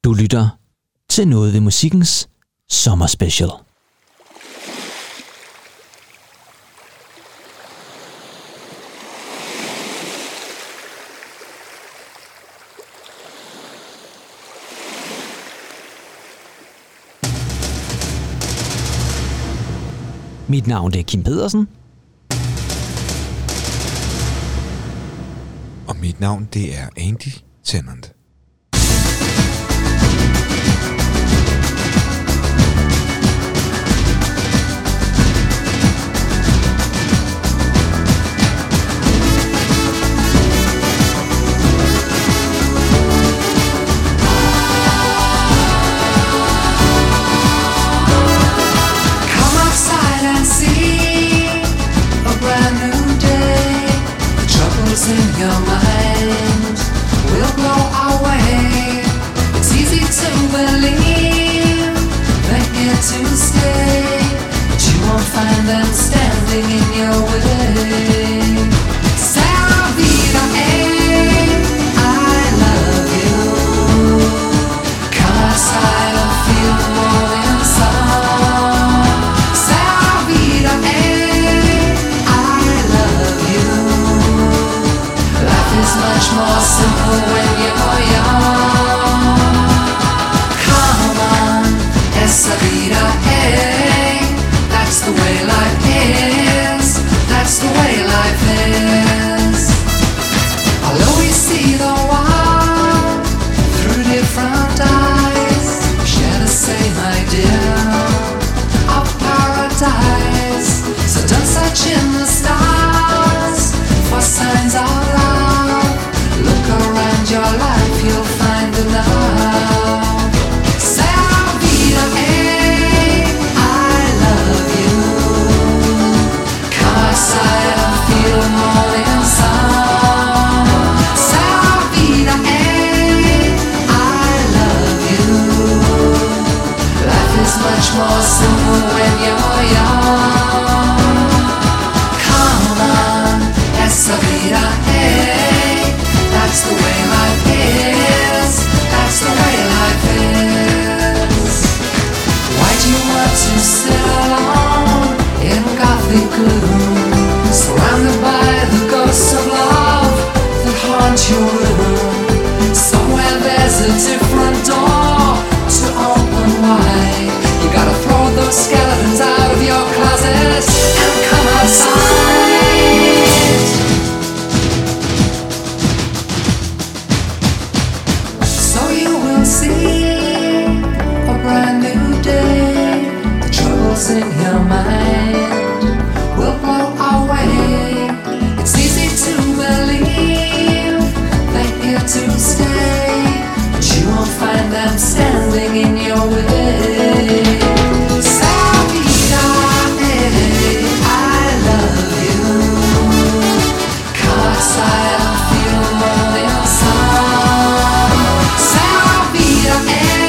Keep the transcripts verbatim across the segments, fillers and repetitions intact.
Du lytter til Noget ved Musikkens sommerspecial. Mit navn er Kim Pedersen. Og mit navn det er Andy Tennant. In your mind will blow away. It's easy to believe they're here to stay, but you won't find them standing in your way. Sarah Vida, I love you. Come outside and feel the morning sun. Sarah Vida, it's much more simple when you're young. Come on, esa vida, hey. That's the way life is. That's the way life is. I'll always see the world through different eyes. Share the same idea of paradise. So don't search in the stars for signs of love. Look around your life, you'll find enough. Sarah Vida, I love you. Come outside and feel the morning sun. Sarah Vida, I love you. Life is much more simple when you're young. Come on, esa vida, that's the way life is. That's the way life is. Why do you want to sit alone in gothic gloom, surrounded by the ghosts of love that haunt your room? Somewhere there's a different door to open wide. You gotta throw those skeletons out of your closet and come outside. See a brand new day. The troubles in your mind will blow away. It's easy to believe they're here to stay, but you won't find them standing in your way. Sabida, hey, I love you. Come outside and feel the morning sun. Sabida,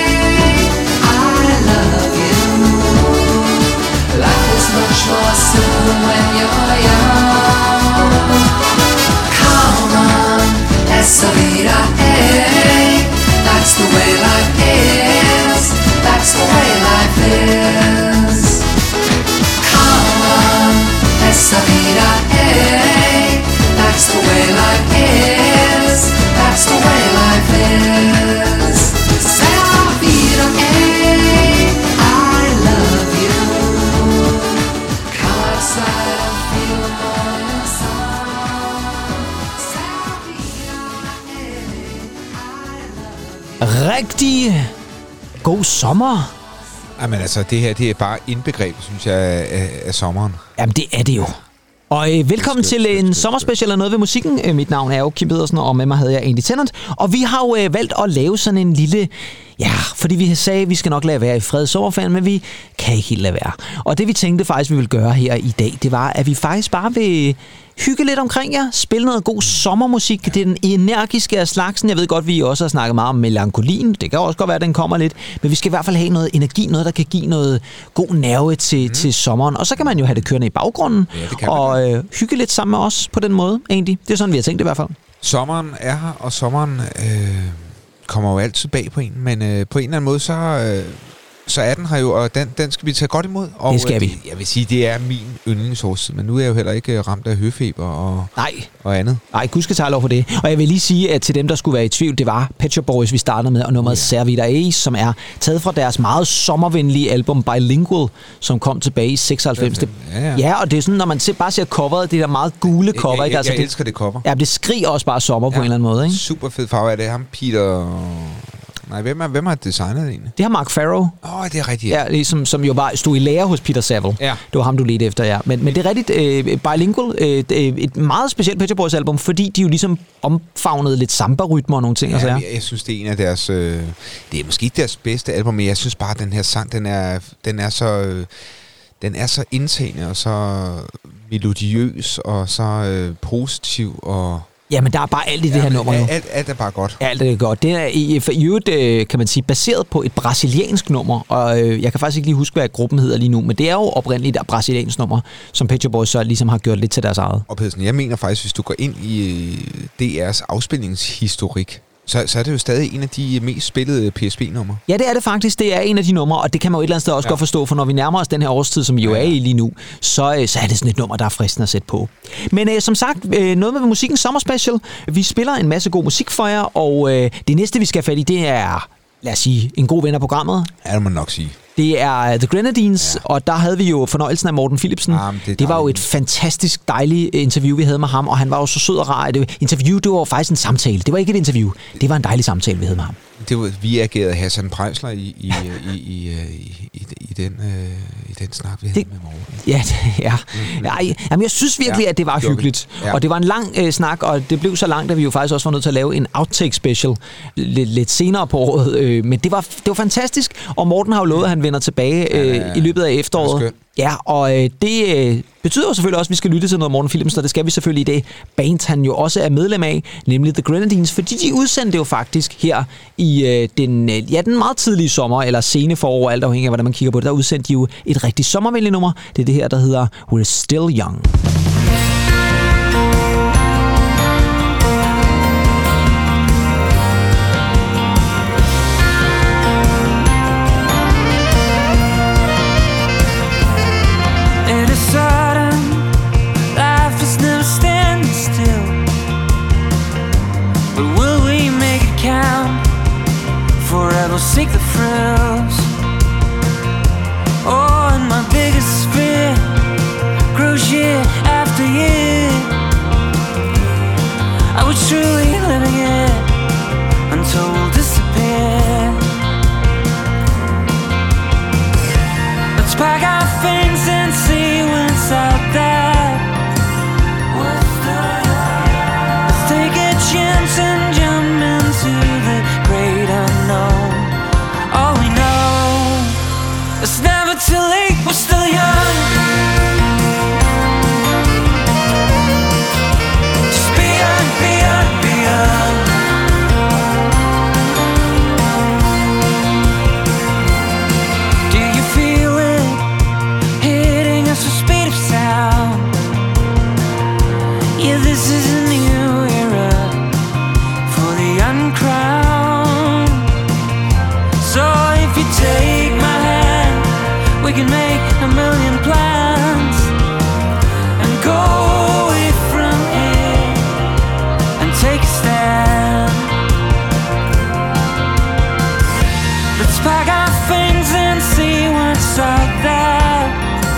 much more simple when you're young. Come on, esa vida, hey. That's the way life is. That's the way life is. Come on, esa vida, hey. That's the way life is. That's the way life is. Esa vida, hey. I love you. Rigtig god sommer. Jamen altså, det her det er bare indbegrebet, synes jeg, af, af sommeren. Jamen, det er det jo. Og øh, velkommen skønt, til skønt, en skønt, sommerspecial af Noget ved Musikken. Øh, mit navn er jo Kim Pedersen, og med mig havde jeg Andy Tennant. Og vi har jo øh, valgt at lave sådan en lille... Ja, fordi vi sagde, at vi skal nok lade være i fred sommerferien, men vi kan ikke helt lade være. Og det vi tænkte faktisk, vi ville gøre her i dag, det var, at vi faktisk bare vil hygge lidt omkring jer, spille noget god sommermusik. Det er den energiske af slagsen. Jeg ved godt, vi også har snakket meget om melankolien. Det kan også godt være, at den kommer lidt. Men vi skal i hvert fald have noget energi, noget, der kan give noget god nerve til, mm. til sommeren. Og så kan man jo have det kørende i baggrunden, ja, og øh, hygge lidt sammen med os på den måde, egentlig. Det er sådan, vi har tænkt det i hvert fald. Sommeren er her, og sommeren... Øh kommer jo altid bag på en, men øh, på en eller anden måde, så, øh, så er den her jo, og den, den skal vi tage godt imod. Og, det skal vi. Øh, jeg vil sige, det er min yndlingsårstid, men nu er jeg jo heller ikke ramt af høfeber og, Nej. og andet. Nej, gud skal tage lov for det. Og jeg vil lige sige, at til dem, der skulle være i tvivl, det var Pet Shop Boys, vi startede med, og nummeret yeah. Servita Ace, som er taget fra deres meget sommervenlige album Bilingual, som kom tilbage i seksoghalvfems. Ja, ja. ja, og det er sådan, når man ser, bare ser coveret, det der meget gule cover. Jeg, jeg, ikke? Altså, jeg det, elsker det cover. Ja, det skriger også bare sommer ja, på en eller anden måde. Ikke? Super fed farve. Er det ham, Peter... Nej, hvem, er, hvem har designet det egentlig? Det har Mark Farrow. Åh, oh, det er rigtigt. Ja, ligesom, som jo bare stod i lære hos Peter Saville. Ja. Det var ham, du ledte efter, ja. Men, men det er rigtigt, øh, Bilingual, øh, et meget specielt Pet Shop Boys album, fordi de jo ligesom omfavnede lidt samba-rytmer og nogle ting. Ja, og så, ja. jeg, jeg synes, det er en af deres... Øh, det er måske ikke deres bedste album, men jeg synes bare, at den her sang, den er, den er så... Øh, den er så indtagende og så melodiøs og så øh, positiv og... Ja, men der er bare alt i det ja, her nummer. Jo. Alt, alt er bare godt. Alt er godt. Det er i, for i øvrigt, kan man sige, baseret på et brasiliansk nummer, og øh, jeg kan faktisk ikke lige huske, hvad gruppen hedder lige nu, men det er jo oprindeligt et brasiliansk nummer, som Pet Shop Boys så ligesom har gjort lidt til deres eget. Og Pedersen, jeg mener faktisk, hvis du går ind i D R's afspilningshistorik, Så, så er det jo stadig en af de mest spillede P S P-numre. Ja, det er det faktisk. Det er en af de numre, og det kan man jo et eller andet sted også ja. godt forstå, for når vi nærmer os den her årstid, som vi jo ja, ja. er i lige nu, så, så er det sådan et nummer, der er fristende at sætte på. Men øh, som sagt, øh, noget med musikken Sommer Special. Vi spiller en masse god musik for jer, og øh, det næste, vi skal have fat i, det er, lad os sige, en god ven af programmet. Ja, det må man nok sige. Det er The Grenadines, ja. og der havde vi jo fornøjelsen af Morten Philipsen. Ja, det, det var jo et fantastisk dejligt interview, vi havde med ham, og han var jo så sød og rar. Det interview, det var faktisk en samtale. Det var ikke et interview. Det var en dejlig samtale, vi havde med ham. Det var, vi agerede Hassan Prejsler i, i, i, i, i, i, i, den, øh, i den snak, vi havde det, med Morten. Ja, det, ja. ja jamen, jeg synes virkelig, ja, at det var det hyggeligt. Ja. Og det var en lang øh, snak, og det blev så langt, at vi jo faktisk også var nødt til at lave en outtake special lidt, lidt senere på året. Øh, men det var, det var fantastisk, og Morten har jo lovet, at han vender tilbage øh, ja, ja, ja. i løbet af efteråret. Ja, og øh, det øh, betyder jo selvfølgelig også, at vi skal lytte til noget Morten Philipsen, og det skal vi selvfølgelig i det band, han jo også er medlem af, nemlig The Grenadines, fordi de udsendte jo faktisk her i øh, den, øh, ja, den meget tidlige sommer, eller sene forår, alt afhængig af, hvordan man kigger på det, der udsendte de jo et rigtig sommervenligt nummer. Det er det her, der hedder We're Still Young. Seek the frills. Oh, and my biggest fear grows year after year. I was truly living it until we'll disappear. Let's pack our things and see what's out there. Let's take a chance and jump into the great unknown. It's never too late, we're still young. Just be young, be young, be young. Do you feel it hitting us with speed of sound? Yeah, this is a new era for the uncrowned. So if you take my hand, we can make a million plans and go away from here and take a stand. Let's pack our things and see what's out there.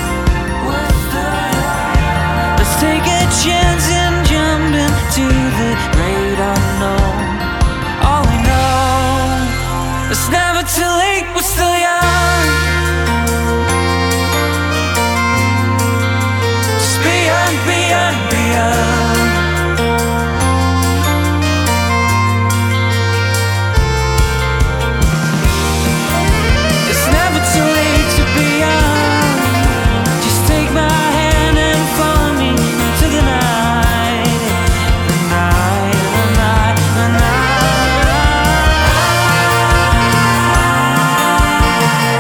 Let's take a chance and jump into the great unknown. All we know, it's never too late, we're still young. Beyond, beyond. It's never too late to be young. Just take my hand and follow me into the night. The night, the night, the night.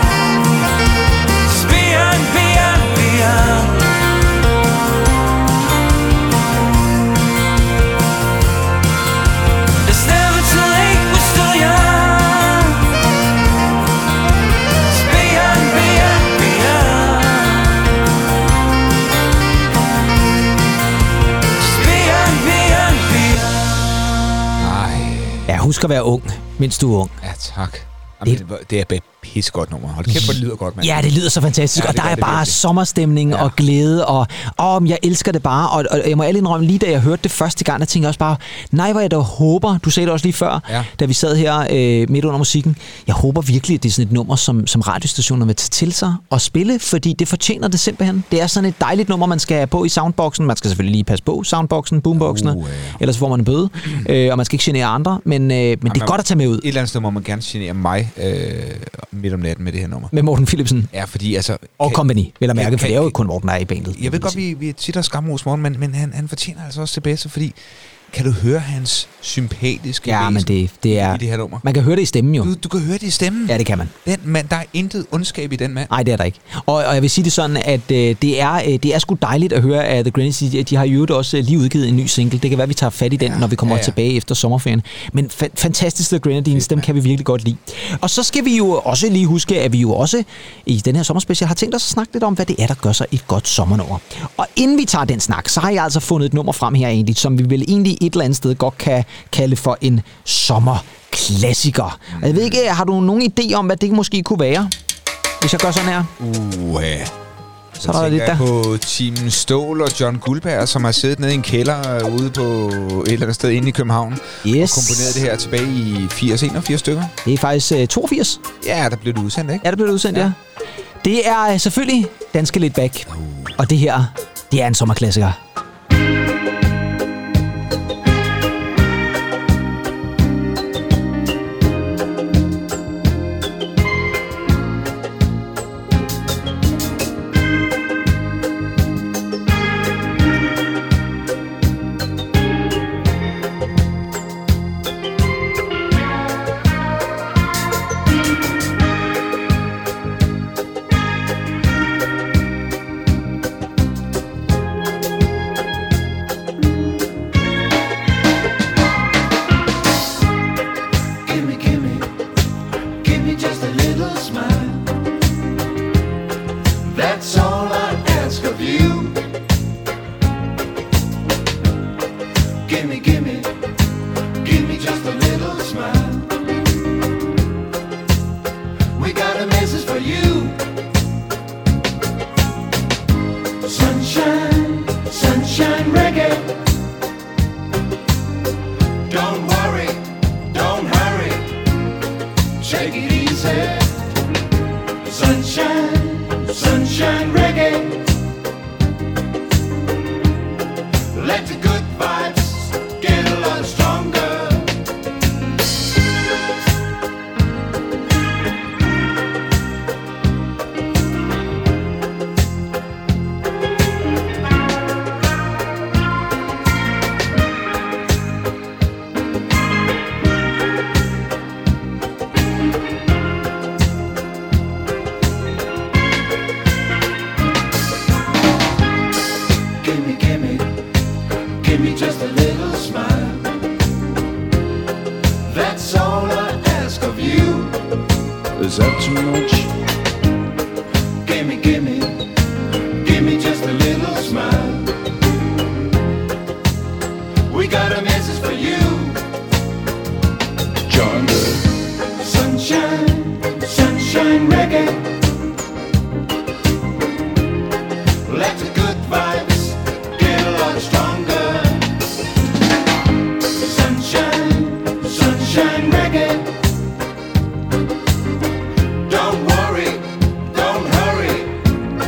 husk at være ung, mens du er ung. Ja, tak. Jamen, det, det er et pissegodt nummer. Hold kæft, hvor det lyder godt, mand. Ja, det lyder så fantastisk, ja, og der er bare virkelig. sommerstemning Ja. og glæde, og åh, jeg elsker det bare, og, og jeg må ærligt indrømme, lige da jeg hørte det første gang, jeg tænkte også bare, nej, hvor jeg da håber, du sagde det også lige før, Ja. da vi sad her øh, midt under musikken, jeg håber virkelig, at det er sådan et nummer, som, som radiostationer vil tage til sig og spille, fordi det fortjener det simpelthen. Det er sådan et dejligt nummer, man skal have på i soundboxen. Man skal selvfølgelig lige passe på soundboxen, boomboxene, Uh, ja. ellers får man en bøde, øh, og man skal ikke genere andre, men, øh, men det er man- godt at tage med ud Et eller andet sted må man gerne genere mig øh, midt om natten med det her nummer. med Morten Philipsen Ja, fordi altså... og kan- company, vil jeg mærke, kan- for det er jo kun Morten, der er i bandet. Jeg ved godt, vi, vi tit har skamros Morten, men, men han, han fortjener altså også det bedste, fordi kan du høre hans sympatiske Ja, men væsen det, det er... i det her nummer? Man kan høre det i stemmen jo. Du, du kan høre det i stemmen. Ja, det kan man. Den mand, der er intet ondskab i den mand. Nej, det er der ikke. Og, og jeg vil sige det sådan, at øh, det, er, øh, det er sgu dejligt at høre, at The Grenadines, de, de har jo også øh, lige udgivet en ny single. Det kan være, vi tager fat i den, Ja, når vi kommer ja, ja. tilbage efter sommerferien. Men fa- fantastisk The Grenadines, dem kan vi virkelig godt lide. Og så skal vi jo også lige huske, at vi jo også i den her sommerspecial har tænkt os at snakke lidt om, hvad det er, der gør sig et godt sommernummer. Og inden vi tager den snak, så har jeg altså fundet et nummer frem her egentlig, som vi vel egentlig et eller andet sted godt kan kalde for en sommerklassiker. Og jeg ved ikke, har du nogen idé om, hvad det måske kunne være? Hvis jeg gør sådan her. Uh, ja. Så er der lidt der. på Team Stål og John Guldberg, som har siddet nede i en kælder øh, ude på et eller andet sted inde i København. Yes. Og komponeret det her tilbage i firs, enogfirs stykker. Det er faktisk uh, toogfirs. Ja, der blev det udsendt, ikke? Ja, det blev det udsendt, ja. Ja. ja. Det er uh, selvfølgelig Danske Lidt Back. Uh. Og det her, det er en sommerklassiker. Gimme, gimme, give me just a little smile. That's all I ask of you. Gimme, gimme, give me just a little smile. We got a message for you. Sunshine, sunshine reggae. Don't worry, don't hurry, take it easy. Sunshine, sunshine reggae. Let the good vibes get a lot stronger. Gimme, gimme, give me just a little smile. That's all I ask of you. Is that too much? Gimme, gimme, give me just a little smile. We got a message for you. John, sunshine, sunshine reggae. Let the good vibes get a lot stronger. Sunshine, sunshine reggae. Don't worry, don't hurry,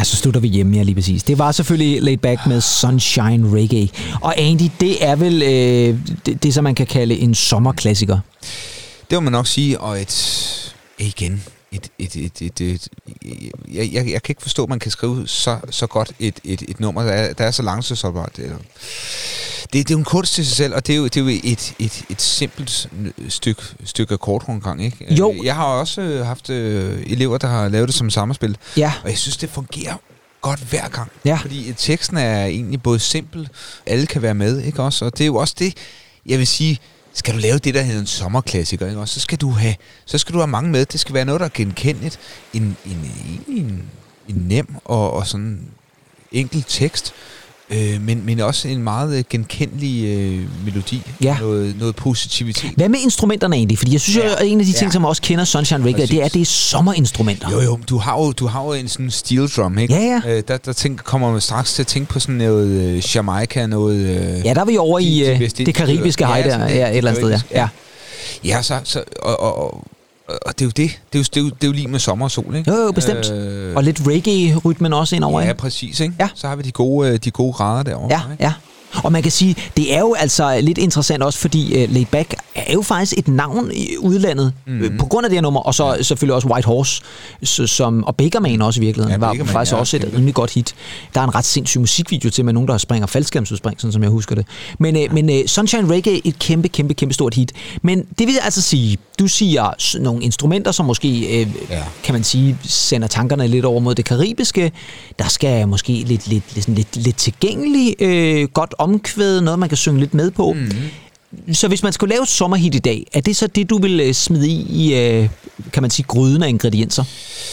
Ja, så slutter vi hjemme, ja, lige præcis. Det var selvfølgelig Laid Back med Sunshine Reggae. Og Andy, det er vel øh, det, det, som man kan kalde en sommerklassiker. Det må man nok sige, og et... igen... Et, et, et, et, et, jeg, jeg, jeg kan ikke forstå, at man kan skrive så, så godt et, et, et nummer, der er, der er så langtidsholdbart. Det, det, det er jo en kunst til sig selv, og det er jo, det er jo et, et, et simpelt stykke, stykke akkordrundgang, ikke? Jo. Jeg har også øh, haft øh, elever, der har lavet det som samspil, Ja. og jeg synes, det fungerer godt hver gang. Ja. Fordi teksten er egentlig både simpel, alle kan være med, ikke også? Og det er jo også det, jeg vil sige, skal du lave det, der hedder en sommerklassiker, ikke? Og så skal du have, så skal du have mange med. Det skal være noget, der er genkendeligt. En, en, en, en, en nem og, og sådan enkel tekst, øh, men, men også en meget genkendelig øh, melodi. Ja. Noget, noget positivitet. Hvad med instrumenterne egentlig? Fordi jeg synes, ja. at en af de ting, Ja. som også kender Sunshine Reggae, det er, at det er sommerinstrumenter. Jo, jo, du har jo, du har jo en sådan steel drum, ikke? Ja, ja. Øh, der der tænker, kommer man straks til at tænke på sådan noget øh, Jamaica, noget... Øh, Ja, der er vi over i de- de øh, vestindiske det karibiske øer. hej Ja, der, sådan det- ja, et det eller andet sted, ja. karibiske, ja. Ja, så, så og, og, og, og det er jo det. Det er jo, det er jo, det er jo lige med sommer og sol, ikke? Jo, jo, bestemt. Øh, Og lidt reggae-rytmen også indover, ja, ikke? præcis, ikke? Ja. Så har vi de gode, øh, de gode grader derovre. Ja, ikke? ja. Og man kan sige, det er jo altså lidt interessant også, fordi uh, Laid Back er jo faktisk et navn i udlandet, mm-hmm. øh, på grund af det her nummer, og så selvfølgelig også White Horse, så, som, og Bakerman også i virkeligheden, Ja, var Bakerman, faktisk ja, også et kæmpe. rimelig godt hit. Der er en ret sindssyg musikvideo til med nogen, der springer faldskærmsudspring, sådan som jeg husker det. Men, uh, men uh, Sunshine Reggae, et kæmpe, kæmpe, kæmpe stort hit. Men det vil altså sige, du siger s- nogle instrumenter, som måske, uh, Ja. kan man sige, sender tankerne lidt over mod det karibiske. Der skal måske lidt, lidt, lidt, sådan lidt, lidt tilgængelig, øh, godt omkvæd, noget man kan synge lidt med på. Mm. Så hvis man skulle lave et sommerhit i dag, er det så det, du vil øh, smide i, i øh, kan man sige, gryden af ingredienser?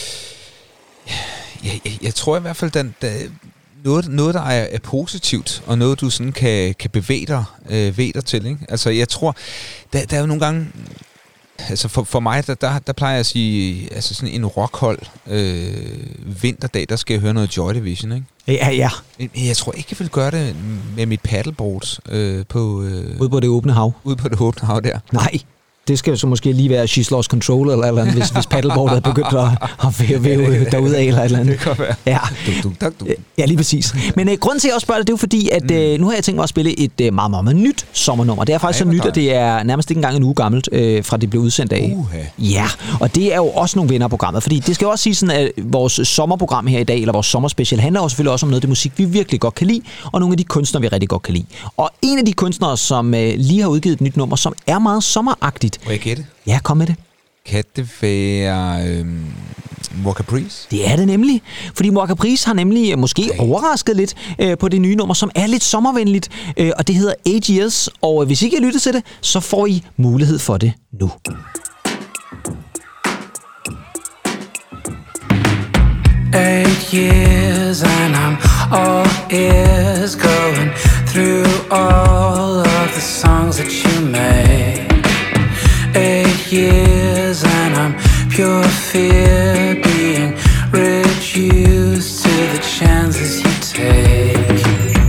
Jeg, jeg, jeg tror i hvert fald, den, der, noget, noget, der er, er positivt, og noget, du sådan kan, kan bevæge dig, øh, bevæge dig til. Ikke? Altså, jeg tror, der, der er jo nogle gange... Altså for, for mig, der, der, der plejer jeg at sige, altså sådan en rockhold øh, vinterdag, der skal jeg høre noget Joy Division, ikke? Ja, ja. Men jeg tror ikke, jeg vil gøre det med mit paddleboard øh, på, øh, Ude på det åbne hav. ude på det åbne hav der. Nej. Det skal jo så måske lige være She's Lost Control, eller, eller andet, hvis, hvis paddleboardet er begyndt at, at væve, væve derudad, eller et eller andet. Det kan godt være. Ja. Dum, dum, dum, dum. Ja, lige præcis. Men øh, grunden til, at jeg også spørger dig, det er jo fordi, at øh, nu har jeg tænkt mig at spille et øh, meget, meget, meget nyt sommernummer. Det er faktisk Ej, så hvor nyt, at det er nærmest ikke engang en uge gammelt, øh, fra det blev udsendt af. Uha. Ja, og det er jo også nogle venner af programmet, fordi det skal jo også sige sådan, at vores sommerprogram her i dag, eller vores sommerspecial, handler jo selvfølgelig også om noget af det musik, vi virkelig godt kan lide, og nogle af de kunstnere, vi rigtig godt kan lide. Og en af de kunstnere, som øh, lige har udgivet et nyt nummer, som er meget sommeragtigt. Må jeg gætte? Ja, kom med det. Kan det være øhm, More Caprice? Det er det nemlig, fordi More Caprice har nemlig øh, måske okay. overrasket lidt øh, på det nye nummer, som er lidt sommervenligt, øh, og det hedder Eight Years, og øh, hvis I ikke har lyttet til det, så får I mulighed for det nu. Eight years and I'm all ears, going through all of the songs that you made. Eight years and I'm pure fear, being reduced to the chances you take.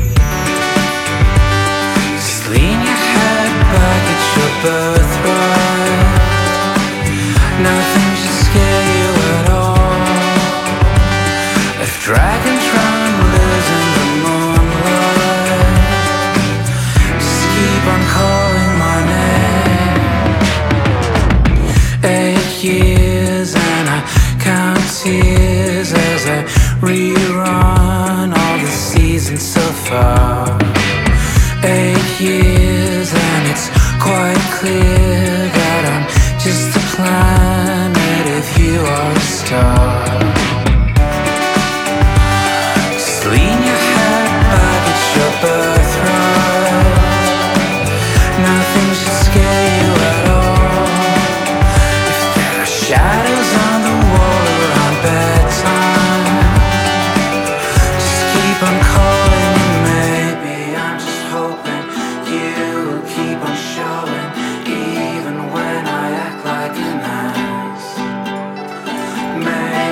Just lean your head back at your birthright. Nothing should scare you at all. If dragons run loose in the moonlight, just keep on calling my name. Eight years and I count tears as I rerun all the seasons so far. Eight years and it's quite clear that I'm just a planet if you are a star. Just lean your head back at your birthright. Nothing should scare you at all. If there are shadows on the wall around bedtime, just keep on calling and maybe I'm just hoping you will keep on showing, even when I act like an ass. Maybe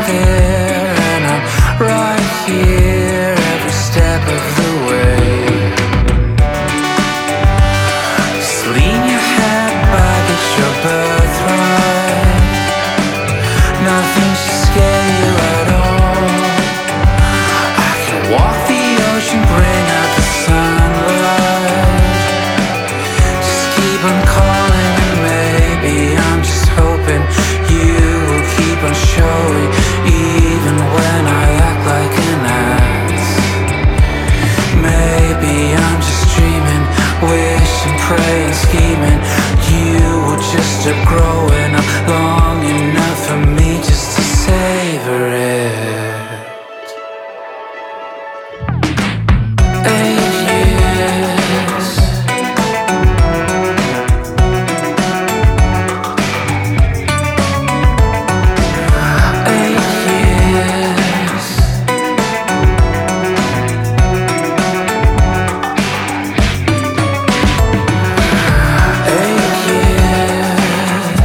there, and I'm right here every step of the way. Just lean your head back, it's your birthright. Nothing should scare you at all. I can walk the ocean, bring out the sunlight. Just keep on calling, and maybe I'm just hoping you will keep on showing, even when I act like an ass. Maybe I'm just dreaming, wishing, praying, scheming. You will just stop growing up long enough for me just to savor it. Eight years. Eight years. Eight years.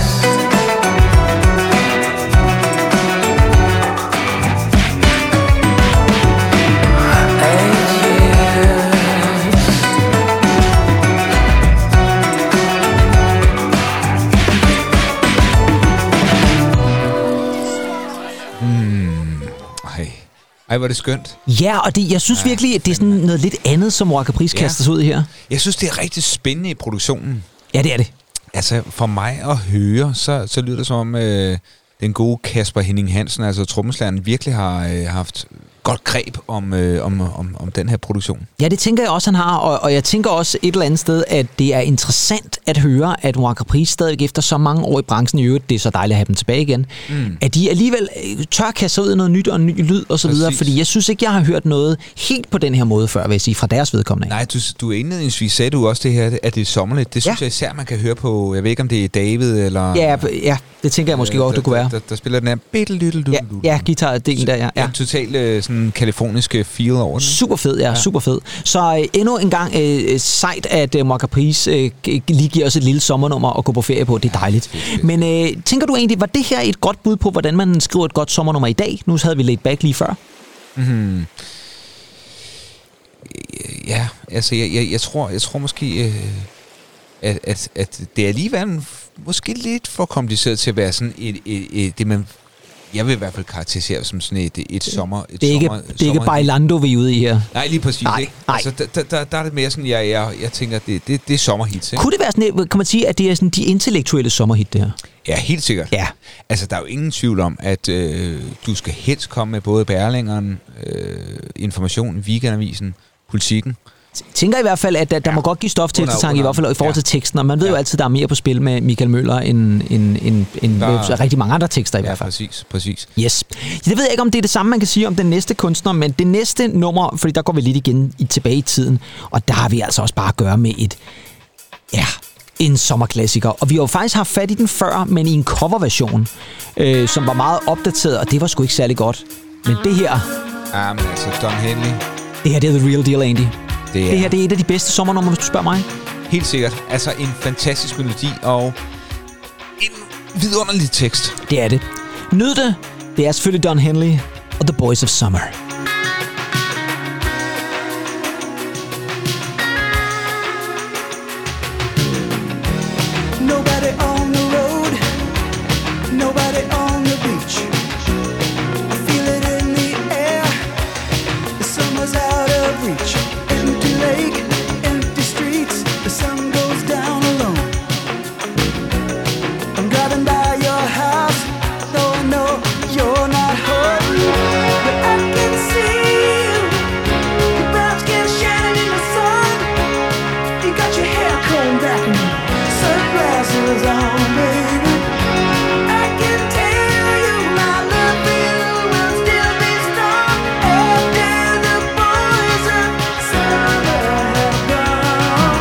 Eight years. Ej. Ej, hvor er det skønt. Ja, og det, jeg synes Ja, virkelig, at det er sådan noget lidt andet, som Rock Caprice Ja. kaster sig ud i her. Jeg synes, det er rigtig spændende i produktionen. Ja, det er det. Altså, for mig at høre, så, så lyder det som om, øh, den gode Kasper Henning Hansen, altså trommeslageren, virkelig har øh, haft godt greb om, øh, om, om, om den her produktion. Ja, det tænker jeg også, han har, og, og jeg tænker også et eller andet sted, at det er interessant at høre, at Rock Caprice stadig efter så mange år i branchen, i øvrigt, det er så dejligt at have dem tilbage igen, mm. at de alligevel øh, tør kaste sig ud i noget nyt og en ny lyd og så videre, Præcis. fordi jeg synes ikke, jeg har hørt noget helt på den her måde før, vil jeg sige, fra deres vedkommende. Nej, du, du indledningsvis sagde du også det her, at det er sommerligt. Det synes Ja. jeg især, man kan høre på, jeg ved ikke, om det er David eller... Ja, ja, det tænker jeg måske øh, godt, det kunne være. Der, der, der spiller den her... Ja, ja, guitar-delen der, ja. Ja, ja. en total øh, sådan kalifornisk feel over den. Super fed, ja, ja. super fed. Så øh, endnu en gang øh, sejt, at øh, Rock Caprice øh, lige giver os et lille sommernummer at gå på ferie på. Det er dejligt. fedt, fedt. Men øh, tænker du egentlig, var det her et godt bud på, hvordan man skriver et godt sommernummer i dag? Nu havde vi laid back lige før. Mm-hmm. Ja, altså jeg, jeg, jeg tror, jeg tror måske, øh, at, at, at det er alligevel måske lidt for kompliceret til at være sådan et, et, et det man, jeg vil i hvert fald karakterisere som sådan et, et sommer. Et Det er ikke, sommer, det er ikke Bailando, vi er ude i her. Nej, lige præcis. Nej, ikke? nej. Altså, der, der, der, der er det mere sådan, jeg, jeg, jeg tænker, det, det, det er sommerhits, ikke? Kunne det være sådan, kan man sige, at det er sådan de intellektuelle sommerhit, det her? Ja, helt sikkert. Ja. Altså, der er jo ingen tvivl om, at øh, du skal helst komme med både Berlingeren, øh, Information, Weekendavisen, Politikken. Tænker i hvert fald, at der, der Ja. må godt give stof til Under- eftertanke, i under- hvert fald i forhold til ja. teksten, og man ved Ja. jo altid, der er mere på spil med Michael Møller end, end, end, end Der- der, rigtig mange andre tekster i Ja, hvert fald. præcis, præcis. Yes. Jeg ved ikke, om det er det samme, man kan sige om den næste kunstner, men det næste nummer, fordi der går vi lidt igen i, tilbage i tiden, og der har vi altså også bare at gøre med et, ja, en sommerklassiker. Og vi har jo faktisk haft fat i den før, men i en coverversion, øh, som var meget opdateret, og det var sgu ikke særlig godt. Men det her, Ja, men altså, Don Henley, det her det er the real deal, Andy. det er Det her det er et af de bedste sommernumre, hvis du spørger mig. helt sikkert. Altså, en fantastisk melodi og en vidunderlig tekst. Det er det. Nyd det. Det er selvfølgelig Don Henley og The Boys of Summer. Nobody on the road, nobody on the beach. I feel it in the air, the summer's out of reach. Empty lake, empty streets, the sun goes down alone. I'm driving by your house, though I know you're not home. But I can see you, your brown skin shining in the sun. You got your hair combed back and sunglasses on, baby. I can tell you my love for you will still be strong after the boys of summer have gone.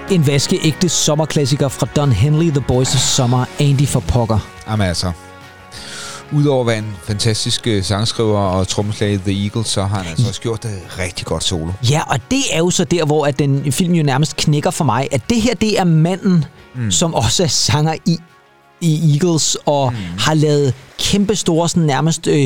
En vaskeægte sommerklassiker fra Don Henley, The Boys of Summer, Andy for pokker. Jamen altså, udover at være en fantastisk øh, sangskriver og trommeslager The Eagles, så har han altså også gjort det rigtig godt solo. Ja, og det er jo så der, hvor at den film jo nærmest knækker for mig, at det her, det er manden, mm. som også er sanger i, i Eagles, og mm. har lavet kæmpe store, sådan nærmest øh,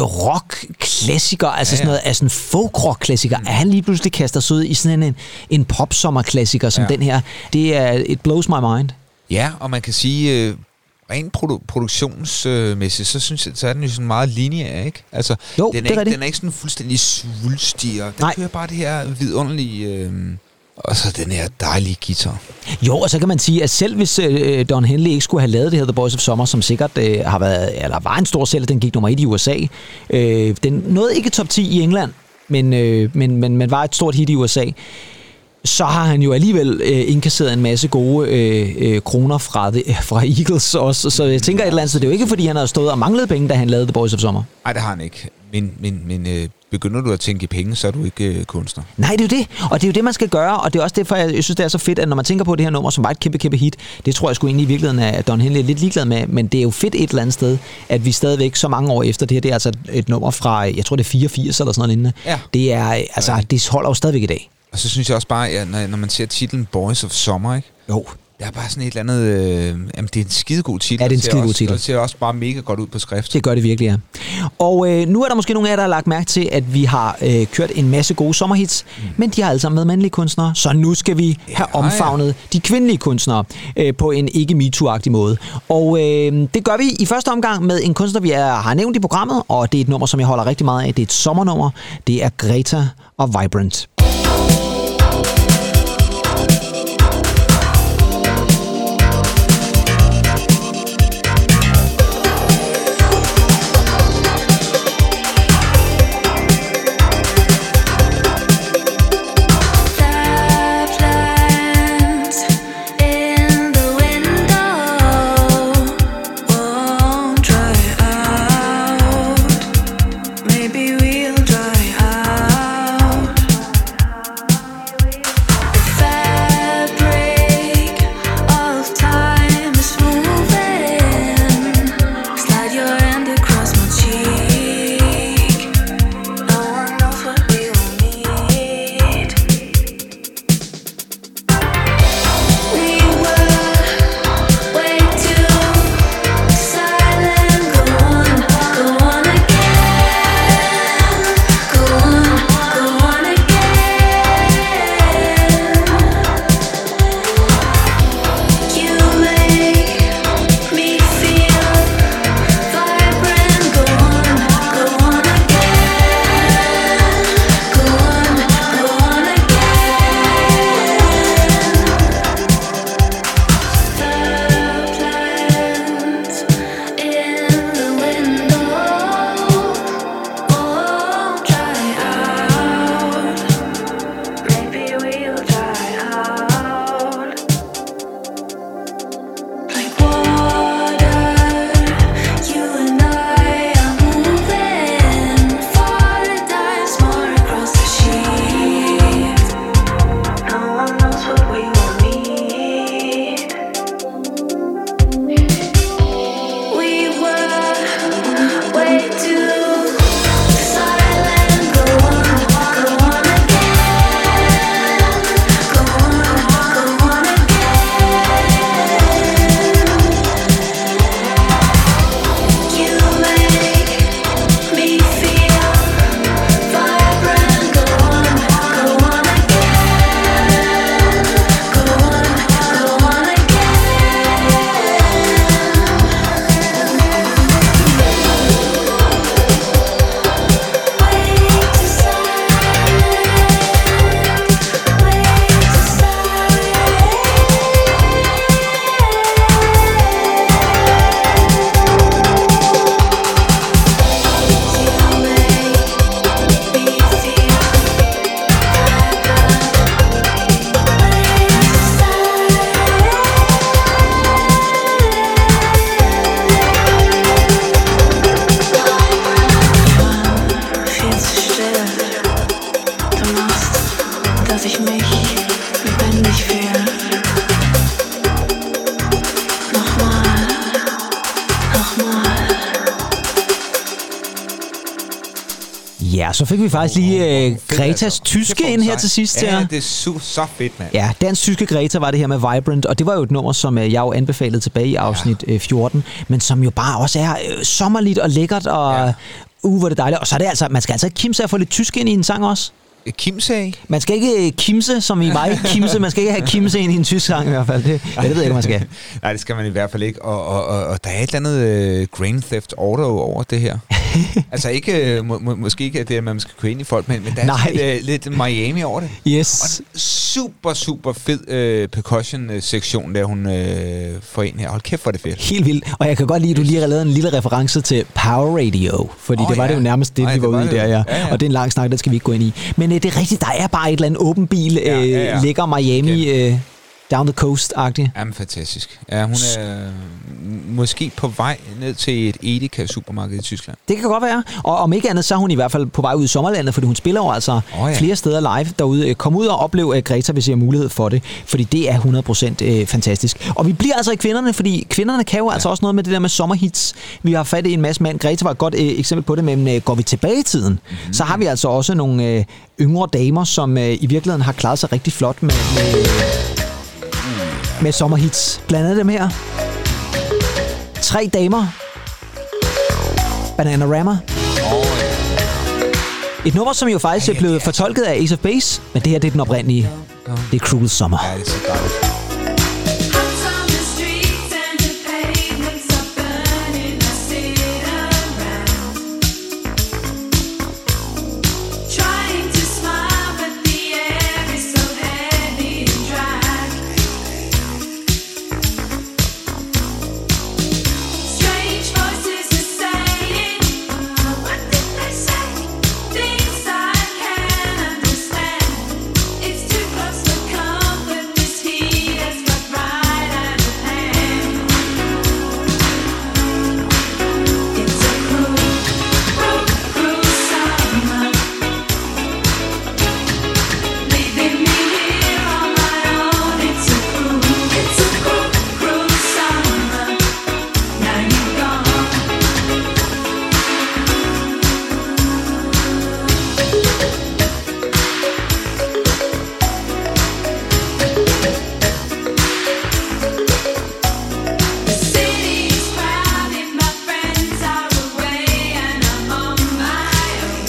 rock-klassikere, altså ja, ja. sådan noget, altså sådan folk-rock-klassiker, mm. at han lige pludselig kaster sig ud i sådan en, en pop-sommer-klassiker som ja. den her. Det er, it blows my mind. Ja, og man kan sige, øh, rent produ- produktionsmæssigt, så synes jeg, så er den jo sådan meget lineær, ikke? Altså, jo, den, er det er ikke, det. den er ikke sådan fuldstændig svulstig, og den Nej. kører bare det her vidunderlige... Øh, og så den her dejlige guitar. Jo, og så kan man sige, at selv hvis øh, Don Henley ikke skulle have lavet det her The Boys of Summer, som sikkert øh, har været, eller var en stor sælger, den gik nummer et i U S A. Øh, den nåede ikke top ti i England, men, øh, men, men, men var et stort hit i U S A. Så har han jo alligevel øh, indkasseret en masse gode øh, øh, kroner fra, det, fra Eagles også. Så jeg tænker et eller andet sted, det er jo ikke, fordi han har stået og manglet penge, da han lavede The Boys of Summer. Nej, det har han ikke. Men, men, men øh, begynder du at tænke i penge, så er du ikke øh, kunstner. Nej, det er jo det. Og det er jo det, man skal gøre. Og det er også derfor, jeg synes, det er så fedt, at når man tænker på det her nummer, som var et kæmpe, kæmpe hit, det tror jeg sgu egentlig i virkeligheden, at Don Henley er lidt ligeglad med. Men det er jo fedt et eller andet sted, at vi stadigvæk så mange år efter det her, det er altså et nummer fra, jeg tror det er fireogfirs eller sådan noget lignende. Ja. Det er, altså, ja. det holder jo stadigvæk i dag. Og så synes jeg også bare, at når, når man ser titlen Boys of Summer, ikke? Jo. Det er bare sådan et eller andet... Øh, jamen, det er en skidegod titel. Ja, det er en skidegod titel. Og det ser også bare mega godt ud på skrift. Det gør det virkelig, ja. Og øh, nu er der måske nogle af jer, der har lagt mærke til, at vi har øh, kørt en masse gode sommerhits, mm. men de har alle sammen været mandlige kunstnere, så nu skal vi have ja, omfavnet ja. de kvindelige kunstnere øh, på en ikke MeToo-agtig måde. Og øh, det gør vi i første omgang med en kunstner, vi er, har nævnt i programmet, og det er et nummer, som jeg holder rigtig meget af. Det er et sommernummer. Det er Greta og Vibrant. Go Ja, så fik vi faktisk lige øh, Fedt, Gretas altså. tyske Kæft, hvor ind her sej. til sidst. Ja, her. det er su- så fedt, mand. Ja, dansk tyske Greta var det her med Vibrant, og det var jo et nummer, som øh, jeg jo anbefalede tilbage i afsnit øh, fjorten, men som jo bare også er øh, sommerligt og lækkert, og Ja. uh, hvor det er dejligt. Og så er det altså, man skal altså ikke kimse at få lidt tysk ind i en sang også. Kim sagde. Man skal ikke øh, kimse, som i mig kimse. Man skal ikke have kimse ind i en tysk sang i hvert fald. Det, ja, det ved jeg ikke, man skal. Nej, det skal man i hvert fald ikke. Og, og, og, og der er et eller andet uh, Grand Theft Auto over det her. altså ikke, uh, må, må, måske ikke det, at man skal køre ind i folk, men, men der er Nej. lidt, uh, lidt Miami over det. Yes. Og super, super fed uh, percussion-sektion, der hun uh, får ind her. Hold kæft, hvor er det fedt. Helt vildt. Og jeg kan godt lide, at du lige har lavet en lille reference til Power Radio, fordi Åh, oh, det var ja. det jo nærmest det, Nej, vi var det var ude i det der, jo. ja. Ja, ja. Og det er en lang snak, der skal vi ikke gå ind i. Men øh, det er rigtigt, der er bare et eller andet åben bil, øh, Ja, ja, ja. ligger Miami øh, down the coast-agtigt. Jamen, fantastisk. Ja, hun er øh, måske på vej ned til et Edeka-supermarked i Tyskland. Det kan godt være. Og om ikke andet, så er hun i hvert fald på vej ud i sommerlandet, fordi hun spiller jo altså Åh, ja. flere steder live derude. Kom ud og oplev øh, Greta, hvis I har mulighed for det, fordi det er hundrede procent øh, fantastisk. Og vi bliver altså i kvinderne, fordi kvinderne kan jo ja. altså også noget med det der med sommerhits. Vi har fat i en masse mand. Greta var et godt øh, eksempel på det, men øh, går vi tilbage i tiden, mm-hmm. så har vi altså også nogle øh, yngre damer, som øh, i virkeligheden har klaret sig rigtig flot med, med, med sommerhits. Blandt andet dem her. Tre damer. Bananarama. Et nummer, som jo faktisk er blevet fortolket af Ace of Base, men det her det er den oprindelige. Det er Cruel Summer. Ja, det er så dejligt. Out on the streets and the pavements are burning. I sit around, trying to smile, but the air is so heavy and dry. Strange voices are saying, what did they say? Things I can't understand. It's too close for comfort. This heat has got right out of hand. It's a cruel, cruel, cruel summer, leaving me here on my own. It's a cruel, it's a cruel, cruel summer. Now you're gone. The city's crowded, my friends are away, and I'm on my own.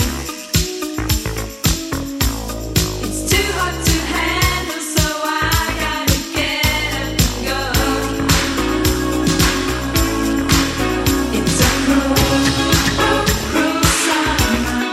It's too hot to handle, so I gotta get up and go. It's a cruel, cruel, cruel summer,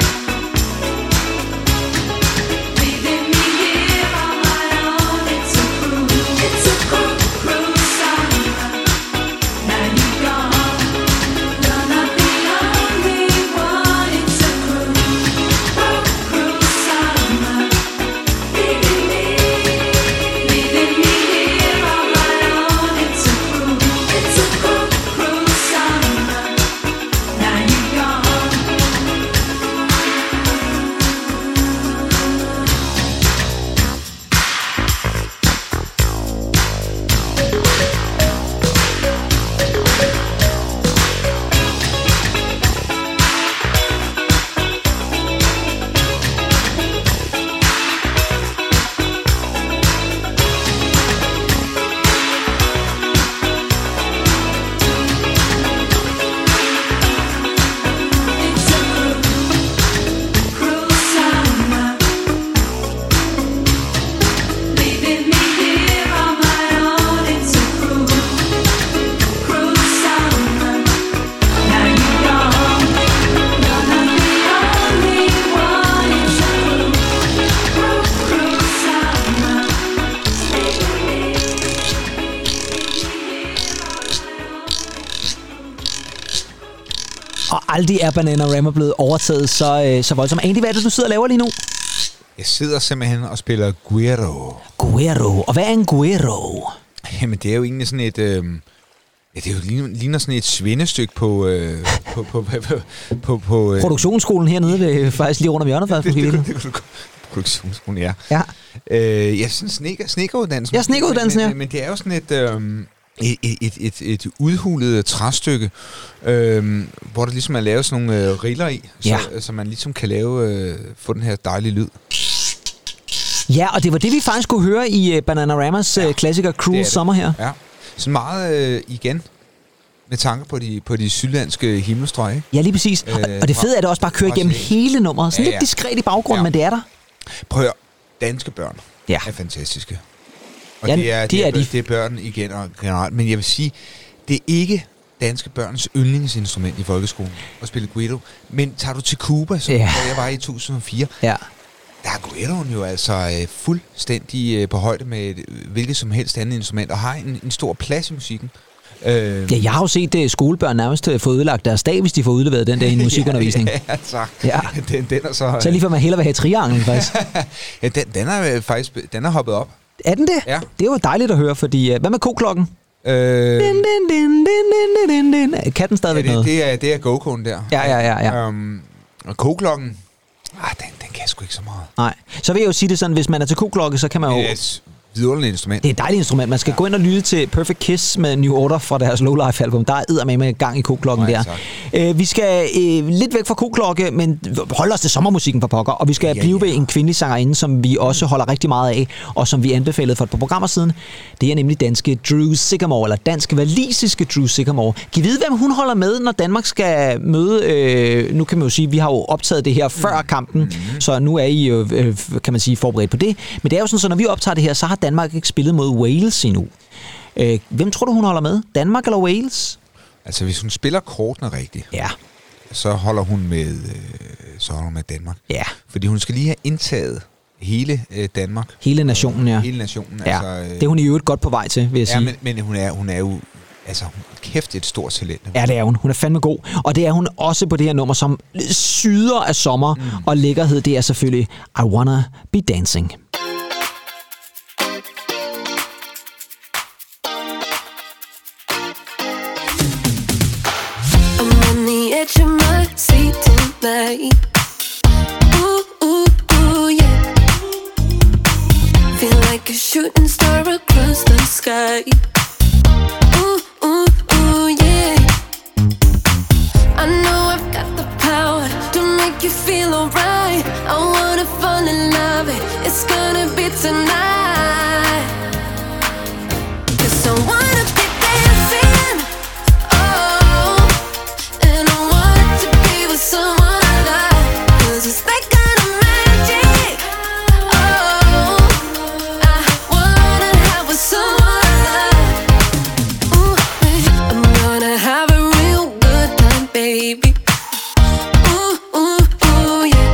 leaving me here on my own. It's a cruel, it's a cruel, cruel summer. Now you're gone, you're not the only one. It's a cruel, cruel, cruel summer, leaving me, leaving me here on my own. It's a cruel, it's a cruel, cruel summer. Now you're gone. It's a cruel, cruel summer, leaving me here on my own. It's a cruel, cruel summer. Now you're gone, you're not the only one. It's a cruel, cruel, cruel summer, leaving me, leaving me here on my own. Og aldrig er Bananarama blevet overtaget så, øh, så voldsomt. Andy, hvad er det, du sidder og laver lige nu? Jeg sidder simpelthen og spiller Guero. Guero. Og hvad er en Guero? Jamen, det er jo egentlig sådan et... Øh, ja, det er jo ligner, ligner sådan et svendestykke på... Øh, på, på, på, på, på, på øh, Produktionsskolen hernede, ved, faktisk lige rundt om hjørnet. Faktisk, det, det, det, det, det, det, produktionsskolen, ja. ja. Øh, ja, sådan sneker, snekeruddannelsen. Ja, snedkeruddannelsen, men, ja. Men, men det er jo sådan et... Øh, et, et, et, et, et udhulet træstykke, øh, hvor der ligesom er lavet sådan nogle øh, riller i, så, Ja. så man ligesom kan lave, øh, få den her dejlige lyd. Ja, og det var det, vi faktisk kunne høre i uh, Bananaramas uh, klassiker Cruel det er det. Summer her. Ja. Så meget øh, igen med tanke på de, på de sydlandske himmelstrøg, ikke? Ja, lige præcis. Og, Øh, og det fede er, at det også bare kører igennem Brasiliansk. hele nummeret. Sådan Ja, lidt ja. diskret i baggrunden, Ja. men det er der. Prøv at høre, danske børn Ja. er fantastiske. Og Ja, det er, det det, er er, de. det er børn igen og generelt. Men jeg vil sige, det er ikke danske børns yndlingsinstrument i folkeskolen at spille Guido. Men tager du til Cuba, som Ja. yeah. jeg var i to tusind og fire, Ja. der er Guidoen jo altså øh, fuldstændig øh, på højde med et, hvilket som helst andet instrument, og har en, en stor plads i musikken. Øh, Ja, jeg har jo set uh, skolebørn nærmest uh, få ødelagt deres dag, hvis de får udleveret den der i en musikundervisning. ja, ja, tak. Ja. Den, den er så... Så lige før man hellere vil have trianglen, faktisk. ja, den, den er øh, faktisk den er hoppet op. Er den det? Ja. Det er jo dejligt at høre, fordi... Uh, hvad med koklokken? Øh, Din, din, din, din, din, din, din. Kan den ja, stadigvæk det, noget? det er, det er go-koen der. Ja, ja, ja, ja. Um, og koklokken, ah, den, den kan sgu ikke så meget. Nej. Så vil jeg jo sige det sådan, hvis man er til koklokke, så kan man jo... Det er et vidunderligt instrument. Det er et dejligt instrument. Man skal ja. gå ind og lytte til Perfect Kiss med New Order fra deres Lowlife-album. Der er eddermame med gang i koklokken Nej, der. tak. Øh, vi skal øh, lidt væk fra koklokke, men holde os til sommermusikken for pokker. Og vi skal Ja, blive ja. ved en kvindelig sangerinde, som vi også holder rigtig meget af, og som vi anbefalede for et par programmer siden. Det er nemlig danske Drew Sycamore, eller dansk-walisiske Drew Sycamore. Kan I vide, hvem hun holder med, når Danmark skal møde... Øh, nu kan man jo sige, vi har jo optaget det her før kampen, mm-hmm. så nu er I jo, øh, kan man sige, forberedt på det. Men det er jo sådan, så når vi optager det her, så har Danmark ikke spillet mod Wales endnu. Øh, hvem tror du, hun holder med? Danmark eller Wales? Altså, hvis hun spiller kortene rigtigt, Ja. så holder hun med, øh, så holder hun med Danmark. Ja. Fordi hun skal lige have indtaget hele øh, Danmark. Hele nationen, ja. Hele nationen. Ja. Altså, øh, Det er hun i øvrigt godt på vej til, vil jeg ja, sige. men, men hun, er, hun er jo... Altså, hun, kæft, et stort talent. Ja, det er hun. Hun er fandme god. Og det er hun også på det her nummer, som syder af sommer mm. og lækkerhed. Det er selvfølgelig I Wanna Be Dancing. I'm on the edge of my seat tonight. Ooh, ooh, ooh, yeah. Feel like a shooting star across the sky. Ooh, ooh, ooh, yeah. I know I've got the power to make you feel alright. I wanna fall in love, it's gonna be tonight. 'Cause I wanna be dancing. Oh, and I want to be with someone I love. 'Cause it's that kind of magic. Oh, I wanna have with someone I love. Ooh, baby, I'm gonna have a real good time, baby. Ooh, ooh, ooh, yeah.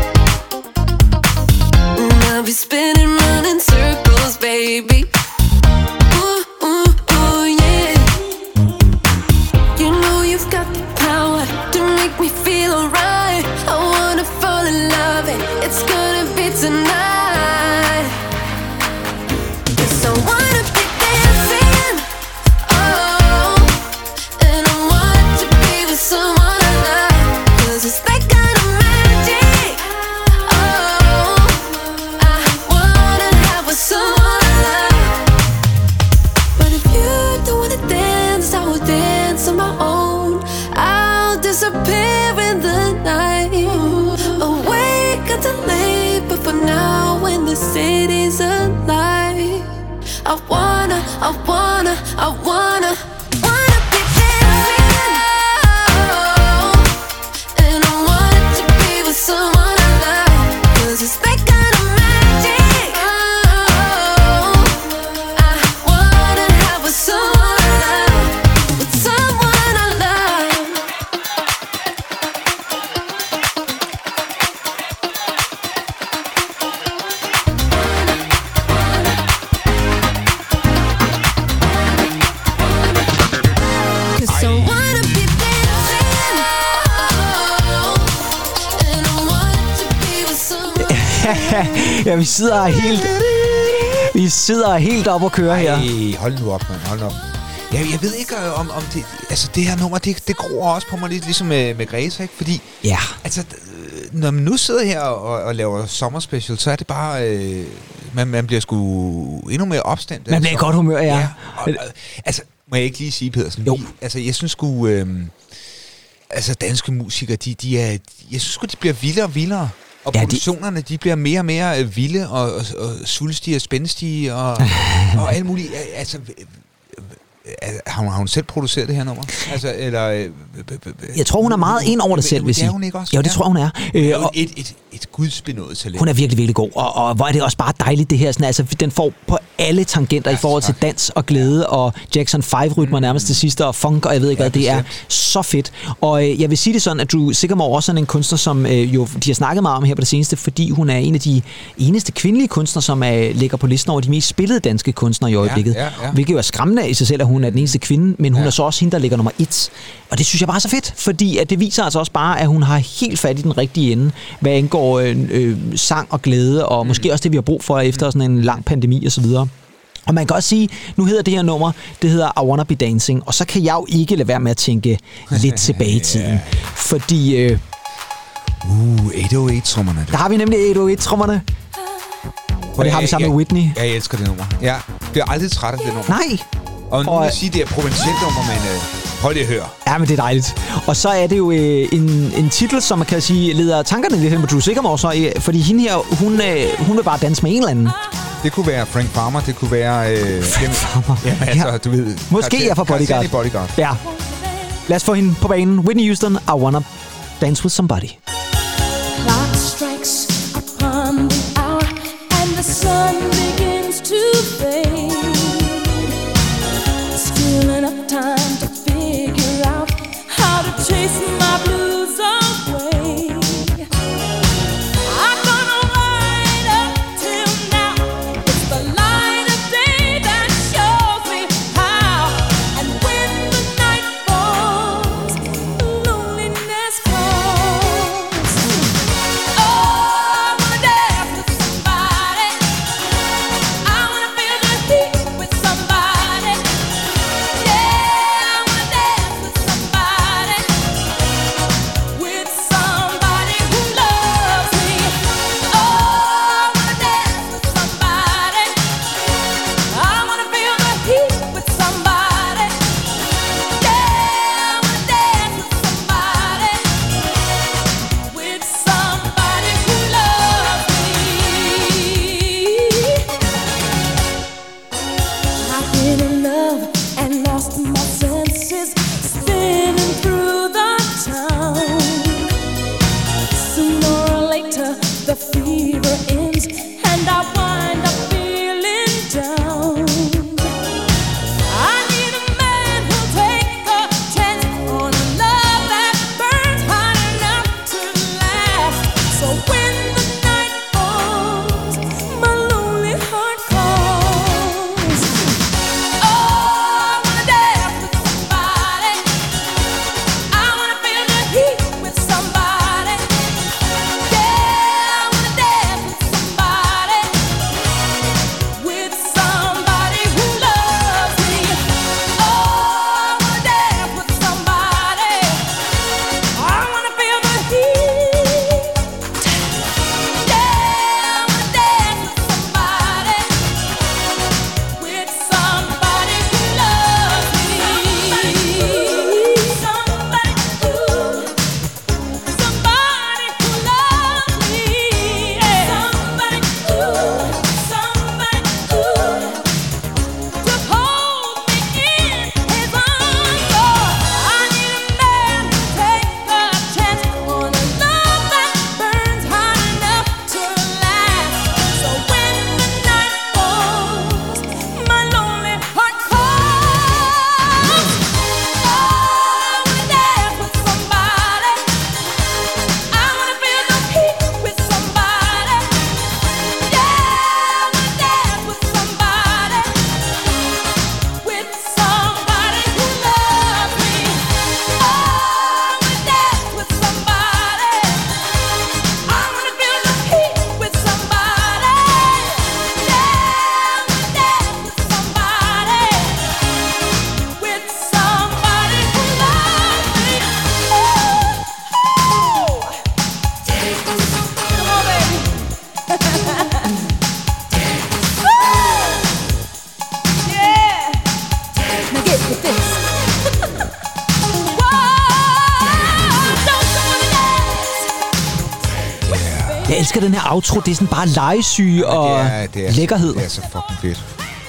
And I'll be spinning round in circles, baby. Ooh, ooh, ooh, yeah. You know you've got the power to make me feel alright. I wanna fall in love, and it's gonna be tonight. 'Cause I wanna be dancing. Oh, and I want to be with someone I love. 'Cause it's that kind of magic. Oh, I wanna have with someone I love. But if you don't wanna dance, I will dance on my own. I'll disappear in the night. Awake until late, but for now, when the city's alive, I wanna, I wanna, I wanna, wanna be dancing. Oh, and I want to be with someone I love. 'Cause it's that kind of magic. Oh, I wanna have with someone I love, with someone I love. Cause I wanna be dancing. Oh, and I want to be with someone. Ja, vi sidder helt... Vi sidder helt op og kører her. Ej, hold nu op, mand. Hold nu op. Jeg, jeg ved ikke, øh, om, om det... Altså, det her nummer, det, det gror også på mig lidt, ligesom med, med Greta, ikke? Fordi... Ja. Altså, øh, når man nu sidder her og, og laver sommerspecial, så er det bare... Øh, man, man bliver sgu endnu mere opstemt. Man bliver i godt humør, ja. ja og, og, altså, Må jeg ikke lige sige, Pedersen? Jo. Vi, altså, jeg synes sgu... Øh, altså, danske musikere, de, de er... Jeg synes sgu, de bliver vildere og vildere. Og Ja, de- produktionerne, de bliver mere og mere øh, vilde og, og, og svulstige og spændstige og, og alt muligt. Altså... Har hun, har hun selv produceret det her nummer? Altså, eller... Øh, Jeg tror, hun er meget ind over det selv, vil jeg sige. Det er hun ikke også? Jo, det tror jeg, hun er. Hun er Øh, jo og et, et, et gudsbenået talent. hun er virkelig, virkelig god. Og, og hvor er det også bare dejligt, det her. Sådan, altså, den får på alle tangenter Ja, i forhold tak. til dans og glæde, og Jackson five-rytmer mm. nærmest til sidste, og funk, og jeg ved ikke Ja, hvad, det er bestemt. så fedt. Og øh, jeg vil sige det sådan, at Drew Sycamore også er en kunstner, som øh, jo, de har snakket meget om her på det seneste, fordi hun er en af de eneste kvindelige kunstnere, som er, ligger på listen over de mest spillede danske kunstnere i øjeblikket. ja, ja. Hvilket jo er skræmmende i sig selv, at hun er den eneste kvinde, men hun Ja. er så også hende, der ligger nummer et. Og det synes jeg bare er så fedt, fordi at det viser altså også bare, at hun har helt fat i den rigtige ende, hvad angår øh, øh, sang og glæde, og mm. måske også det, vi har brug for efter sådan en lang pandemi og så videre. Og man kan også sige, nu hedder det her nummer, det hedder I Wanna Be Dancing, og så kan jeg jo ikke lade være med at tænke lidt tilbage i tiden. Fordi øh, Uh, otte nul et-trommerne. der har vi nemlig otte nul et-trommerne, og det har vi sammen med Whitney. Ja, jeg elsker det nummer. Jeg bliver aldrig træt af det nummer. Nej! Og nu Og- vil jeg sige, det er provincielt nummer, men øh, hold det at høre. Ja, men det er dejligt. Og så er det jo øh, en, en titel, som man kan sige, leder tankerne lidt hen på Drew Sycamore, så, øh, fordi hende her, hun, øh, hun vil bare danse med en eller anden. Det kunne være Frank Farmer, det kunne være... Øh, Frank Farmer. Jamen altså, Ja. du ved... Måske karakter- er fra Bodyguard. karakteren i Bodyguard. Ja. Lad os få hende på banen. Whitney Houston, I Wanna Dance With Somebody. Clock strikes upon the hour and the sun begins to fade. Still enough time to figure out how to chase my blues away. I'm gonna ride up till now. It's the light of day that shows me how. And when the night falls, loneliness calls. elsker den her outro. Det er sådan bare legesyge og det er, det er lækkerhed. Så, det er så fucking fedt.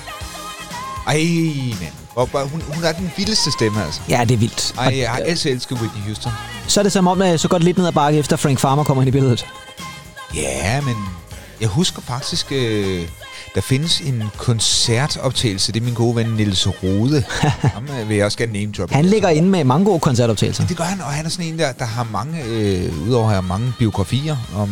Ej, mand. Og, og, hun, hun har den vildeste stemme, altså. Ja, det er vildt. Ej, jeg har altid elsket Whitney Houston. Så er det som om, at så går det lidt ned ad bakke, efter Frank Farmer kommer ind i billedet. Ja, men jeg husker faktisk, øh, der findes en koncertoptagelse. Det er min gode ven Niels Rode. Ham øh, vil jeg også gerne name droppe. Han ligger inde med mange gode koncertoptagelser. Det gør han, og han er sådan en, der, der har mange, øh, udover at have mange biografier om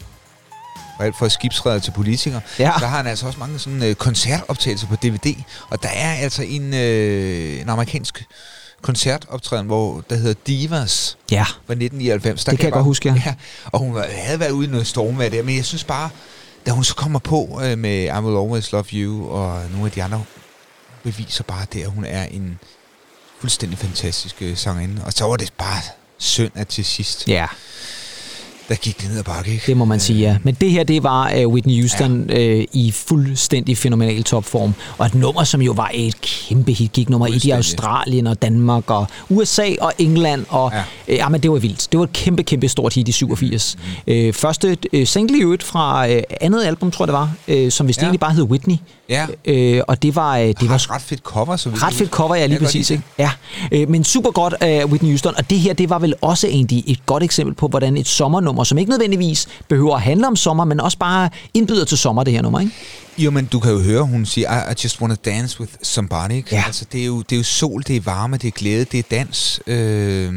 alt fra skibsredder til politikere, Ja. så har han altså også mange sådan øh, koncertoptagelser på D V D. Og der er altså en, øh, en amerikansk koncertoptræden, hvor der hedder Divas Ja. fra nitten nioghalvfems. Der Det kan jeg godt huske, ja. ja. Og hun havde været ude i noget stormvejr der, men jeg synes bare, da hun så kommer på øh, med I Will Always Love You og nogle af de andre, beviser bare det, at hun er en fuldstændig fantastisk øh, sangerinde. Og så var det bare synd, at til sidst, Ja, der gik det ned ad bakke, ikke? det må man sige, ja. Men det her, det var uh, Whitney Houston ja. uh, i fuldstændig fænomenal topform. Og et nummer, som jo var et kæmpe hit. Gik nummer et i Australien og Danmark og U S A og England. Og, ja. Uh, ja, men det var vildt. Det var et kæmpe, kæmpe stort hit i syvogfirs. Mm. Uh, første uh, single i øvrigt fra uh, andet album, tror jeg det var, uh, som vist ja. egentlig bare hed Whitney. Ja. Uh, og det var... Uh, det var ret fedt cover, så ret fedt cover, ja, lige jeg præcis. Ikke? Ja. Uh, men super godt af uh, Whitney Houston. Og det her, det var vel også egentlig et godt eksempel på, hvordan et sommernummer, som ikke nødvendigvis behøver at handle om sommer, men også bare indbyder til sommer, det her nummer, ikke? Jo, men du kan jo høre, hun siger, I, I just wanna dance with somebody, ikke? Ja. Altså, det er, jo, det er jo sol, det er varme, det er glæde, det er dans. Øh,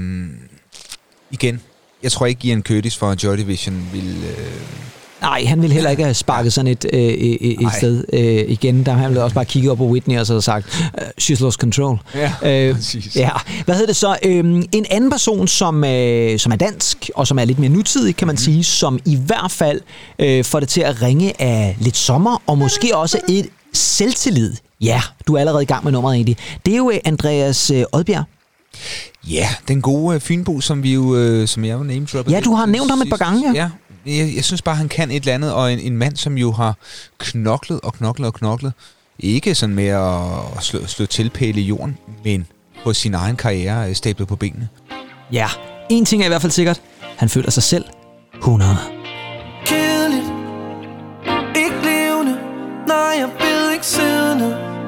igen, jeg tror ikke, Ian Curtis fra Joy Division vil... Øh, Nej, han ville heller ikke have sparket sådan et, øh, et, et sted øh, igen. Der har han også bare kigget op på Whitney og så sagt, she's lost control. Ja, øh, præcis. Ja. Hvad hedder det så? Øhm, en anden person, som, øh, som er dansk, og som er lidt mere nutidig, kan man mm. sige, som i hvert fald øh, får det til at ringe af lidt sommer, og måske også et selvtillid. Ja, du er allerede i gang med nummeret egentlig. Det er jo øh, Andreas øh, Odbjerg. Ja, den gode øh, Fynbo, som vi jo, øh, som jeg jo name-droppet. Ja, du har nævnt ham et par gange, ja. Ja. Jeg, jeg synes bare, han kan et eller andet, og en, en mand, som jo har knoklet og knoklet og knoklet. Ikke sådan med at slå, slå tilpæle i jorden, men på sin egen karriere stablet på benene. Ja, en ting er i hvert fald sikkert. Han føler sig selv hundrede. Kedeligt, ikke levende, nej, jeg vil ikke siddende.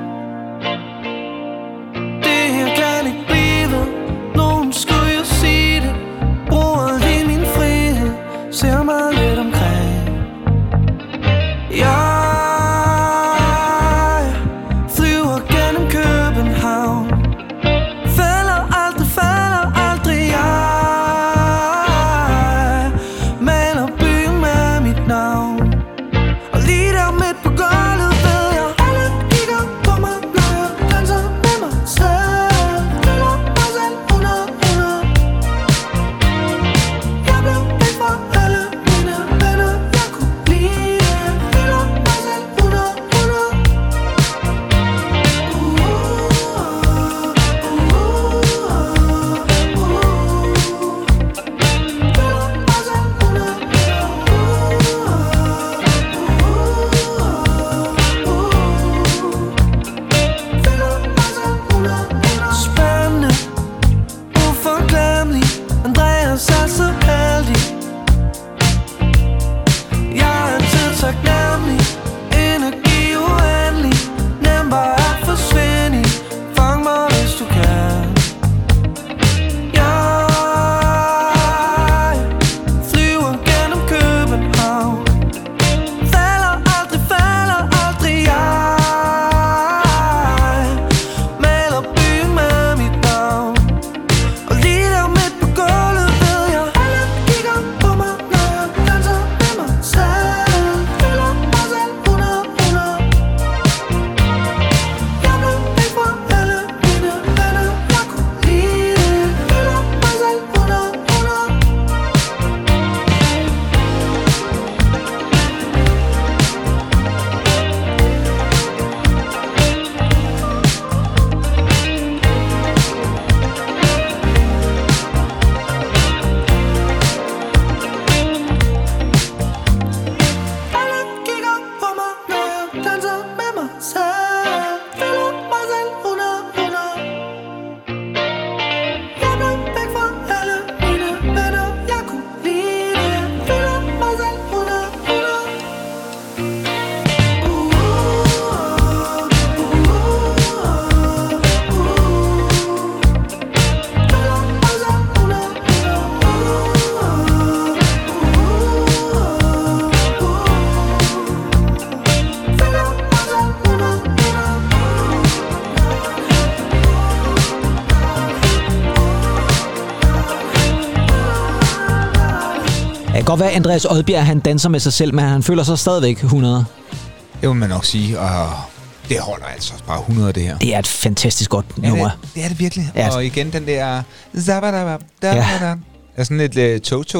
Det her kan ikke blive, nogen skulle jo sige det. Bruger lige min frihed, ser mig lidt omkring. Jeg flyver gennem København, falder aldrig, falder aldrig. Jeg maler by godt være, at Andreas Odbjerg, han danser med sig selv, men han føler sig stadigvæk hundrede. Det må man nok sige, og det holder altså bare hundrede, det her. Det er et fantastisk godt nummer. Ja, det, det er det virkelig. Ja. Og igen den der... Ja. Der er sådan lidt uh,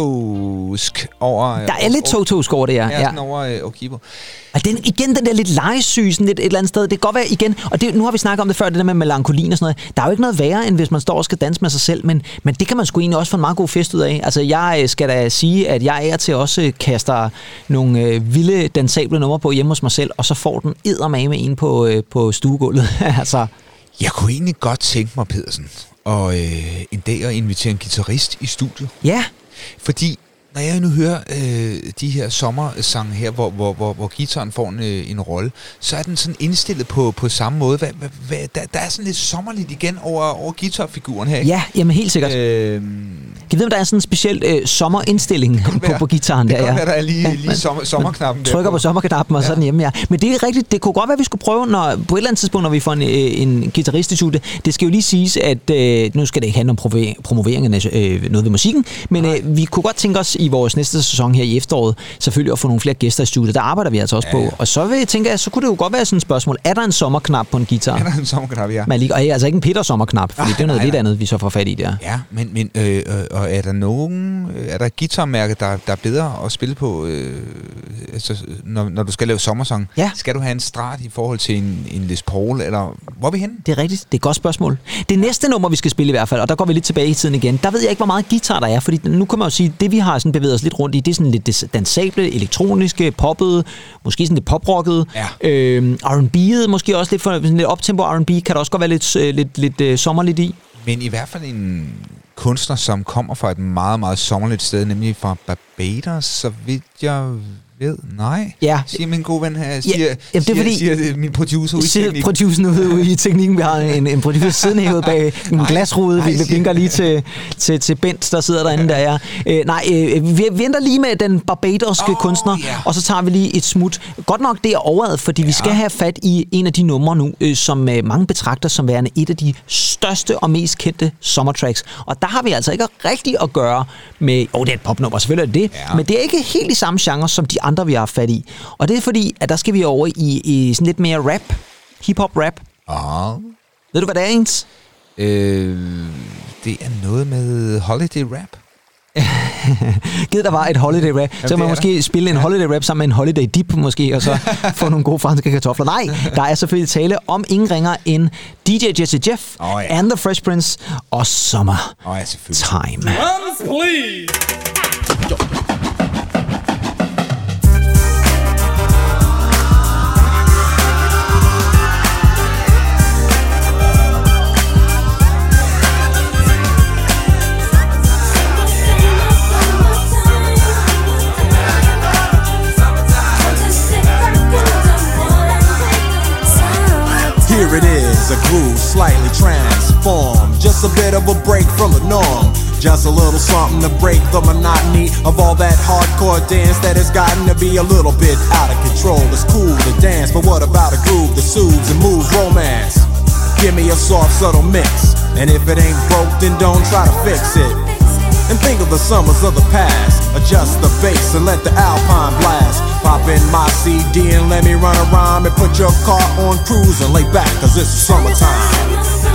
Toto-sk over... Der er lidt Toto-sk over det, ja. Ja, sådan over uh, Okibo. Og den, igen, den der lidt legesyge, sådan lidt et eller andet sted. Det kan godt være igen, og det, nu har vi snakket om det før, det der med melankolien og sådan noget. Der er jo ikke noget værre, end hvis man står og skal danse med sig selv, men, men det kan man sgu egentlig også få en meget god fest ud af. Altså, jeg skal da sige, at jeg er til også kaster nogle øh, vilde dansable numre på hjemme hos mig selv, og så får den eddermame en på, øh, på stuegulvet. Altså... Jeg kunne egentlig godt tænke mig, Pedersen, og øh, en dag at invitere en guitarist i studiet. Ja. Fordi når jeg nu hører øh, de her sommersange her, hvor, hvor, hvor, hvor guitaren får en, øh, en rolle, så er den sådan indstillet på, på samme måde. Hva, hva, hva, der, der er sådan lidt sommerligt igen over, over guitarfiguren her, ikke? Ja, jamen helt sikkert. Øh, Kan vi vide, om der er sådan en speciel øh, sommerindstilling på, på gitaren der? Det kan der, godt være, der er lige, ja. lige sommer, sommerknappen der. Trykker på sommerknappen og ja. sådan hjemme, ja. Men det er rigtigt, det kunne godt være, at vi skulle prøve, når, på et eller andet tidspunkt, når vi får en, en guitarist i studiet. Det skal jo lige siges, at øh, nu skal det ikke handle om promovering af øh, noget ved musikken, men øh, vi kunne godt tænke os i vores næste sæson her i efteråret, selvfølgelig at få nogle flere gæster i studiet. Der arbejder vi altså også ja, ja. på. Og så vil jeg tænke, at så kunne det jo godt være sådan et spørgsmål. Er der en sommerknap på en guitar? Er der en sommerknap, ja. Man lige, og altså ikke en Peter sommerknap, fordi ah, det er noget nej, lidt nej. andet, vi så får fat i der. Ja, men, men øh, og er der nogen, er der et guitarmærke, der, der er bedre at spille på, øh, altså, når, når du skal lave sommersang? Ja. Skal du have en Strat i forhold til en, en Les Paul, eller hvor er vi henne? Det er rigtigt. Det er et godt spørgsmål. Det næste nummer, vi skal spille i hvert fald, og der går vi lidt tilbage i tiden igen, der ved jeg ikke, hvor meget guitar der er, fordi nu kan man jo sige, det vi har sådan bevæget os lidt rundt i, det er sådan lidt dansable, elektroniske, poppede, måske sådan lidt poprockede, ja. øh, R and B'et, måske også lidt, for, sådan lidt optempo R and B, kan der også godt være lidt, lidt, lidt uh, sommerligt i. Men i hvert fald en kunstner, som kommer fra et meget, meget sommerligt sted, nemlig fra Barbados, så vidt jeg ved. Nej, ja. siger min gode ven her. Siger, ja, ja, det er siger, fordi, siger det, min producer ude i teknikken. Produceren ude i teknikken. Vi har en, en producer siddende herude bag en nej, glasrude. Nej, vi vinker lige til, til, til Bent, der sidder derinde. Der er. Øh, nej, øh, vi venter lige med den barbadoske oh, kunstner, yeah. og så tager vi lige et smut. Godt nok det er overad, fordi ja. vi skal have fat i en af de numre nu, øh, som øh, mange betragter som værende et af de største og mest kendte sommertracks. Og der har vi altså ikke rigtig at gøre med... Åh, oh, det er et popnummer, selvfølgelig er det det. Ja. Men det er ikke helt i samme genre som de andre, vi har fat i. Og det er fordi, at der skal vi over i, i sådan lidt mere rap. Hip-hop-rap. Ah. Ved du, hvad det er, ens? Øh, det er noget med holiday rap. Givet der var et holiday rap, så kan man måske der. spille en holiday rap sammen med en holiday dip måske, og så få nogle gode franske kartofler. Nej, der er selvfølgelig tale om ingen ringer end D J Jesse Jeff oh, ja. and the Fresh Prince og Summer oh, ja, Time. Drums, please! Here it is, a groove slightly transformed. Just a bit of a break from the norm. Just a little something to break the monotony of all that hardcore dance that has gotten to be a little bit out of control. It's cool to dance, but what about a groove that soothes and moves romance? Give me a soft, subtle mix, and if it ain't broke, then don't try to fix it. And think of the summers of the past. Adjust the bass and let the alpine blast. Pop in my C D and let me run around and put your car on cruise and lay back, cause it's summertime.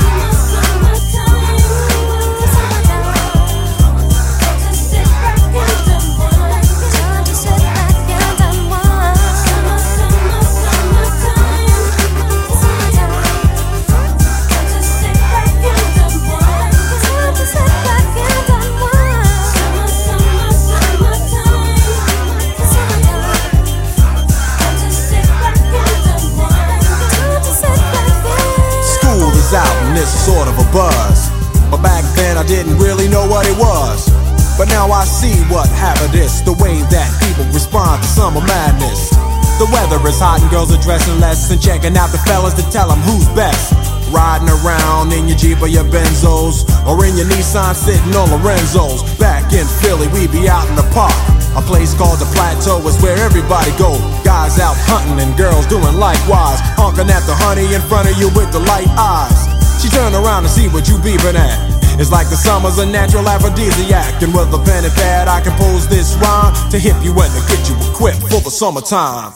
Out and it's sort of a buzz, but back then I didn't really know what it was. But now I see what happened is the way that people respond to summer madness. The weather is hot and girls are dressing less and checking out the fellas to tell them who's best. Riding around in your Jeep or your Benzos, or in your Nissan sitting on Lorenzo's. Back in Philly we be out in the park. A place called the Plateau is where everybody go. Guys out hunting and girls doing likewise. Honking at the honey in front of you with the light eyes. She turn around to see what you beeping at. It's like the summer's a natural aphrodisiac. And with a pen and pad I compose this rhyme to hip you and to get you equipped for the summertime.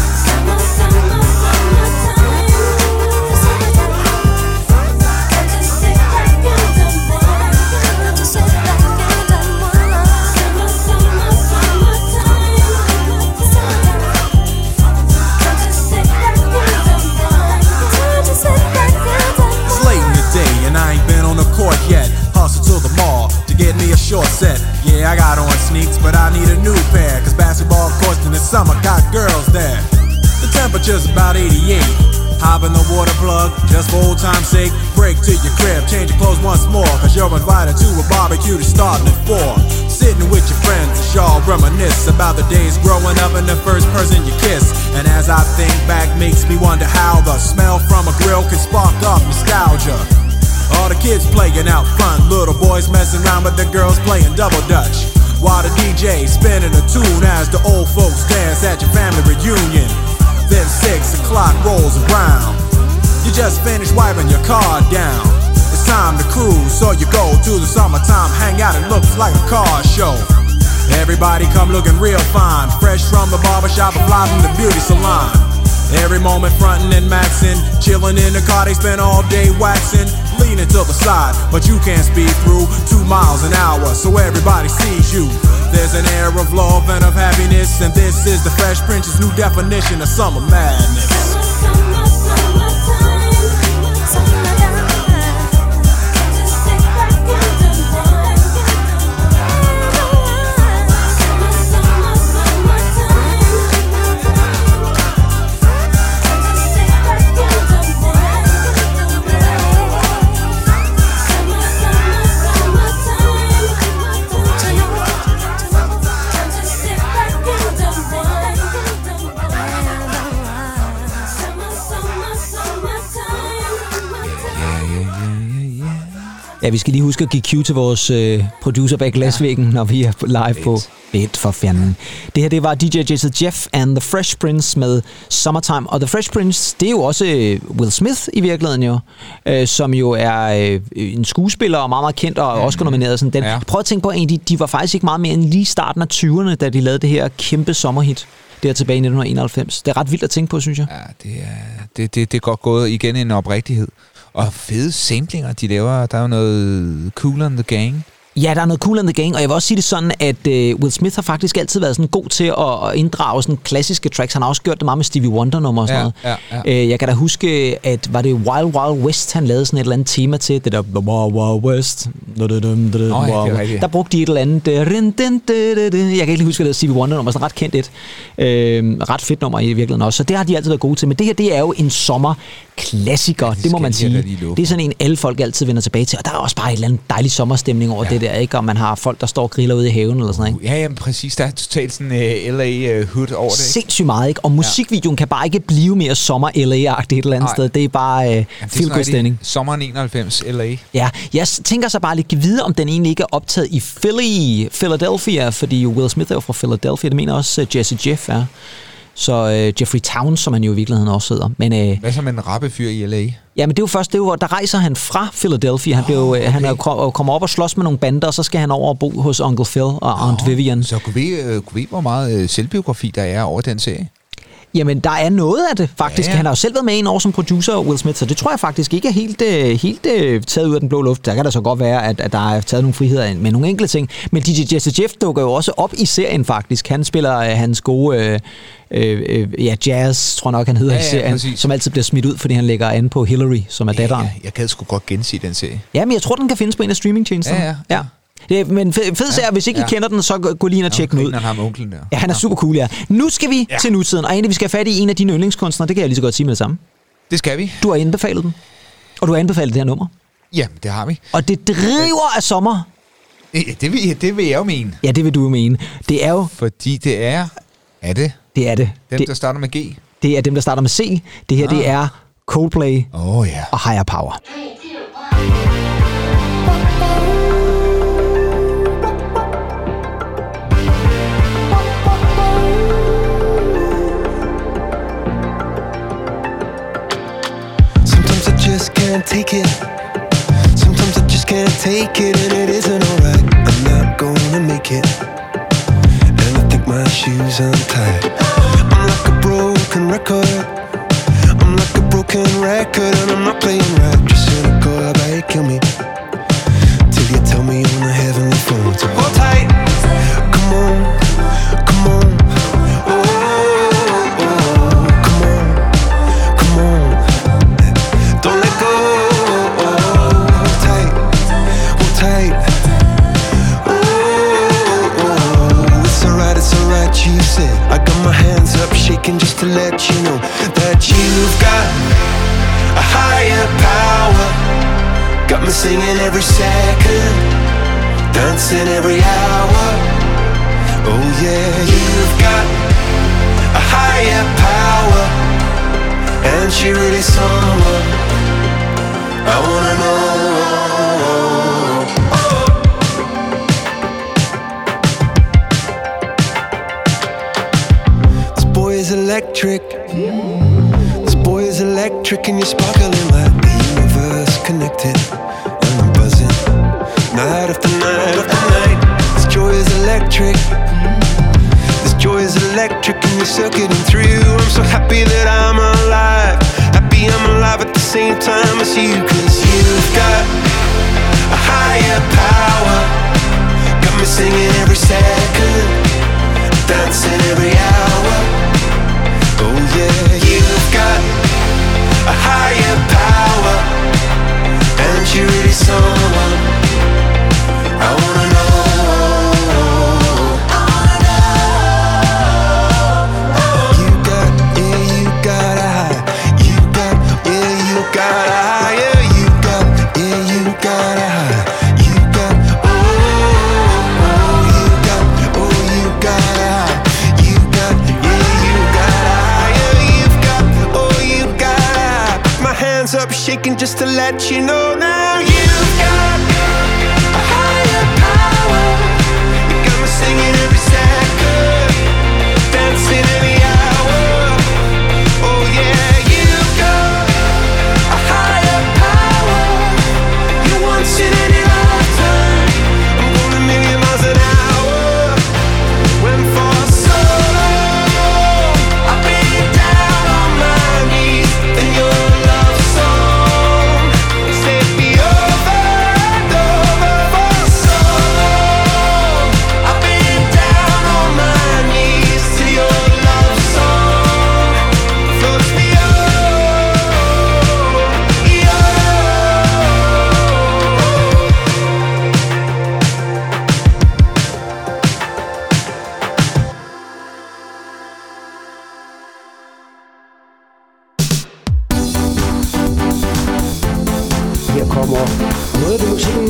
Yet, hustle to the mall to get me a short set. Yeah, I got on sneaks, but I need a new pair. Cause basketball courts in the summer got girls there. The temperature's about eighty-eight. Hop in the water plug, just for old time's sake. Break to your crib, change your clothes once more. Cause you're invited to a barbecue to starting at four. Sitting with your friends as y'all reminisce about the days growing up and the first person you kiss. And as I think back, makes me wonder how the smell from a grill can spark up nostalgia. All the kids playing out front, little boys messing around with the girls playing double dutch. While the D J spinning a tune as the old folks dance at your family reunion. Then six o'clock rolls around. You just finished wiping your car down. It's time to cruise, so you go to the summertime hangout. It looks like a car show. Everybody come looking real fine, fresh from the barbershop and fly from the beauty salon. Every moment frontin' and maxin', chillin' in the car, they spend all day waxin', leaning to the side, but you can't speed through two miles an hour, so everybody sees you. There's an air of love and of happiness, and this is the Fresh Prince's new definition of summer madness. Ja, vi skal lige huske at give cue til vores øh, producer bag glasvæggen, når vi er live på Bit for fanden. Det her, det var D J Jazzy Jeff and The Fresh Prince med Summertime. Og The Fresh Prince, det er jo også øh, Will Smith i virkeligheden jo, øh, som jo er øh, en skuespiller og meget, meget kendt og mm. også nomineret sådan den. Ja. Prøv at tænke på, at de, de var faktisk ikke meget mere end lige starten af tyverne, da de lavede det her kæmpe sommerhit. Det er tilbage i nitten enoghalvfems. Det er ret vildt at tænke på, synes jeg. Ja, det er, det, det, det er godt gået igen en oprigtighed. Og fede samplinger, de laver. Der er jo noget Kool and the Gang. Ja, der er noget Kool and the Gang, og jeg vil også sige det sådan, at uh, Will Smith har faktisk altid været sådan god til at, at inddrage sådan klassiske tracks. Han har også gjort det meget med Stevie Wonder-nummer og sådan ja, noget. Ja, ja. Uh, jeg kan da huske, at var det Wild Wild West, han lavede sådan et eller andet tema til, det der Wild Wild West. Oh, ja, der brugte de et eller andet. Jeg kan ikke lige huske, at det er Stevie Wonder-nummer, sådan ret kendt et. Uh, ret fedt nummer i virkeligheden også, så det har de altid været gode til. Men det her, det er jo en sommerklassiker, ja, det, det må man sige. Det er sådan en, alle folk altid vender tilbage til, og der er også bare et eller andet dejlig sommerstemning over ja. det der, ikke? Og man har folk, der står og griller ude i haven eller sådan noget, ikke? Ja, ja, præcis. Der er totalt sådan uh, L A hood over det, ikke? Sindssygt meget, ikke? Og musikvideoen ja. kan bare ikke blive mere sommer-L A-agtigt et eller andet Ej. sted. Det er bare uh, feel-good stemning. Sommeren enoghalvfems, L A. Ja, jeg tænker så bare lidt videre, om den egentlig ikke er optaget i Philly, Philadelphia, fordi Will Smith er jo fra Philadelphia. Det mener også uh, Jazzy Jeff er. Så øh, Jeffrey Towns, som han jo i virkeligheden også hedder. Men, øh, hvad så med en rappefyr i L A? Ja, men det er jo først, det er jo, der rejser han fra Philadelphia. Han, oh, blev, okay. han er, kommer op og slås med nogle bander, og så skal han over og bo hos Uncle Phil og oh, Aunt Vivian. Så kunne vi, øh, kunne vi hvor meget øh, selvbiografi der er over den serie? Jamen, der er noget af det, faktisk. Ja, ja. Han har jo selv været med en år som producer, Will Smith, så det tror jeg faktisk ikke er helt, helt uh, taget ud af den blå luft. Der kan da så godt være, at, at der er taget nogle friheder med nogle enkelte ting. Men D J Jazzy Jeff dukker jo også op i serien, faktisk. Han spiller uh, hans gode uh, uh, ja, jazz, tror jeg nok, han hedder ja, i serien, ja, som altid bliver smidt ud, fordi han lægger an på Hillary, som er datteren. Ja, jeg kan sgu godt gense den serie. Ja, men jeg tror, den kan findes på en af streamingtjenesterne. Ja, ja. ja. Det, men fed, fed serie, ja, hvis ikke ja. I kender den, så gå lige ind og tjek den ud. Han har med onklen der. Ja, han er super cool, ja. Nu skal vi ja. til nutiden, og egentlig vi skal have fat i en af dine yndlingskunstnere, det kan jeg lige så godt sige med det samme. Det skal vi. Du har anbefalet den, og du har anbefalet det her nummer. Ja, det har vi. Og det driver af sommer. Det vil, det vil jeg jo mene. Ja, det vil du jo mene. Det er jo... Fordi det er... Er det? Det er det. Dem, det, der starter med G? Det er dem, der starter med C. Det her, ah. det er Coldplay oh, yeah. og Higher Power. Can't take it. Sometimes I just can't take it and it isn't alright. I'm not gonna make it, and I think my shoes untied. I'm like a broken record, I'm like a broken record, and I'm not playing right. Just cynical, I bet kill me till you tell me on the heavenly phone. So hold tight, come on, come on. Oh, oh, oh, come on, come on. Don't let go. Oh, hold tight, hold tight. Oh, oh, it's alright, it's alright, you said. I got my hands up shaking just to let you know that you've got a higher power. Got me singing every second, dancing every hour. Oh yeah, you've got a higher power, and she really someone I wanna know. This boy is electric, this boy is electric, and you're sparkling like the universe connected. And I'm buzzing night after night after night. This joy is electric, this joy is electric, and you're circuiting through. I'm so happy that I'm alive, happy I'm alive at the same time as you. Cause you've got a higher power, got me singing every second, dancing every hour. Oh yeah, you've got a higher power, and you're really someone I wanna know. I wanna know. You got, yeah, you got a high. You got, yeah, you got a higher. You got, yeah, you got a high. You got, oh, oh, you got, oh, you got a high. You got, yeah, you got a higher. You've got, oh, you got a high. My hands up shaking just to let you know now. You've got a higher power. You got me singing every second, dancing every hour. Oh yeah, you've got a higher power. You once in any lifetime. I'm going a million miles an hour. When for so long I've been down on my knees in your love song. Set me over and over for so long. I've been down on my knees to your love song. Floats me over, yeah. Her kommer noget af musikken.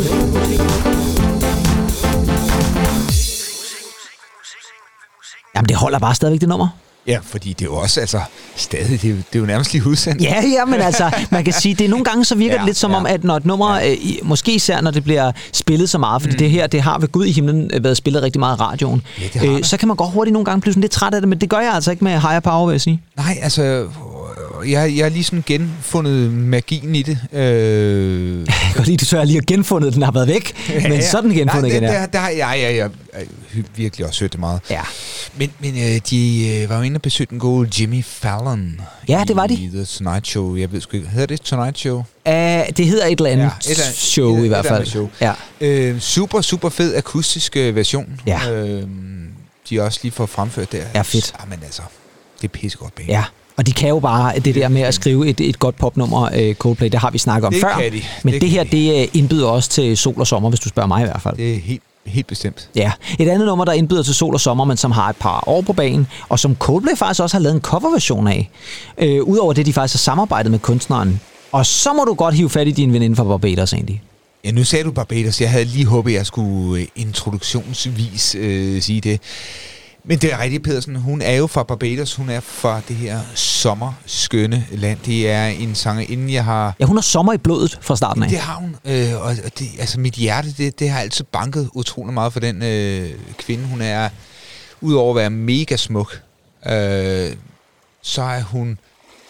Jamen, det holder bare stadigvæk det nummer. Ja, fordi det er jo også, altså, stadig, det er jo, det er jo nærmest lige udsendt. Ja, ja, men altså, man kan sige, det er nogle gange, så virker Ja, det lidt som ja. om, at når et nummer, øh, i- måske især når det bliver spillet så meget, fordi mm. det her, det har ved Gud i himlen øh, været spillet rigtig meget i radioen, Ja, det har det. så kan man godt hurtigt nogle gange blive sådan lidt træt af det, men det gør jeg altså ikke med Higher Power, vil jeg sige. Nej, altså, jeg, jeg har lige sådan genfundet magien i det. Øh, Jeg kan godt lide, du så har lige har genfundet, den har været væk, men så er den genfundet Nej, igen, der, ja. der, der, ja, ja, ja, jeg har virkelig også hørt det meget. Ja. Men, men øh, de øh, var jo inde og besøgte den gode Jimmy Fallon. Ja, det var de. I The Tonight Show. Jeg ved sgu ikke, hedder det Tonight Show? Uh, det hedder et eller andet Ja, ja, et eller andet- show et- i hvert et fald. andet show. Ja. Øh, super, super fed akustisk øh, version. Ja. Øh, de også lige får fremført der. Ja, fedt. Jamen altså, det er pissegodt band. Ja, og de kan jo bare det der med at skrive et, et godt popnummer, uh, Coldplay, det har vi snakket om Det før. kan de. Men Det det, kan her, de. det uh, indbyder også til sol og sommer, hvis du spørger mig i hvert fald. Det er helt, helt bestemt. Ja, et andet nummer, der indbyder til sol og sommer, men som har et par år på banen, og som Coldplay faktisk også har lavet en coverversion af. Øh, Udover det, de faktisk har samarbejdet med kunstneren. Og så må du godt hive fat i din veninde fra Barbados, egentlig. Ja, nu sagde du Barbados. Jeg havde lige håbet, jeg skulle øh, introduktionsvis øh, sige det. Men det er rigtigt, Pedersen. Hun er jo fra Barbados. Hun er fra det her sommerskønne land. Det er en sanger, inden jeg har... Ja, hun har sommer i blodet fra starten af. Det har hun. Øh, og og det, altså mit hjerte, det, det har altid banket utrolig meget for den øh, kvinde. Hun er, udover at være mega smuk, øh, så er hun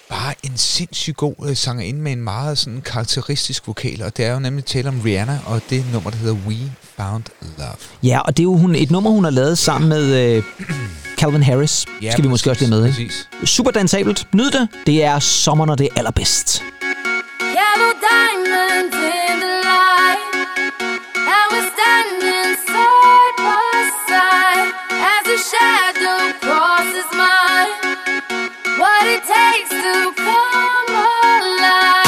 bare en sindssygt god øh, sangerinde med en meget sådan karakteristisk vokal, og det er jo nemlig tale om Rihanna, og det nummer, der hedder We Found Love. Ja, og det er jo hun, et nummer, hun har lavet sammen med øh, Calvin Harris. Ja, skal vi måske præcis, også lige med, ikke? præcis. Super dansabelt. Nyd det. Det er sommer, når det er allerbedst. Yellow diamonds in the light, and we're standing side by side as a shadow crosses mine. What it takes to come alive.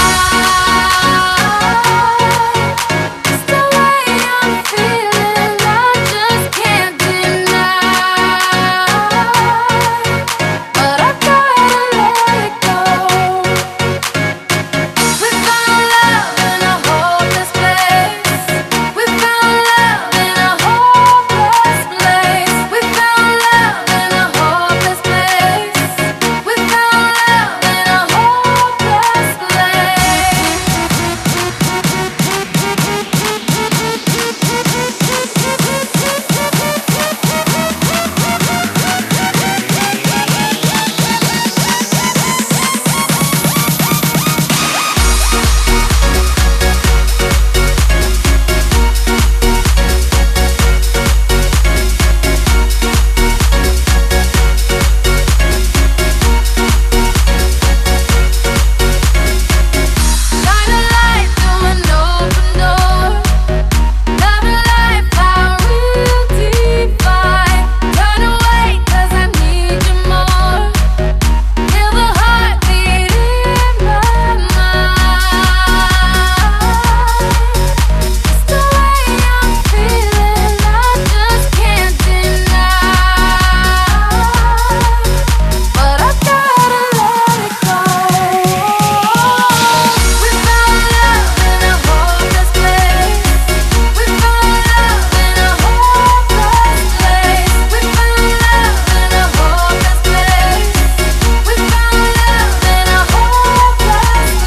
It's the way I'm feeling, I just can't deny. But I gotta let it go. We found love in a hopeless place. We found love in a hopeless place. We found love in a hopeless place. We found love in a hopeless place. Shine a light through an open door. Love and life, how we'll define. Turn away, 'cause I need you more. Feel the heartbeat in my mind. It's the way I'm feeling, I just can't deny. But I gotta let it go. We found love in a hopeless place. We found love in a hopeless place. We found love in a hopeless place. We found love in a hopeless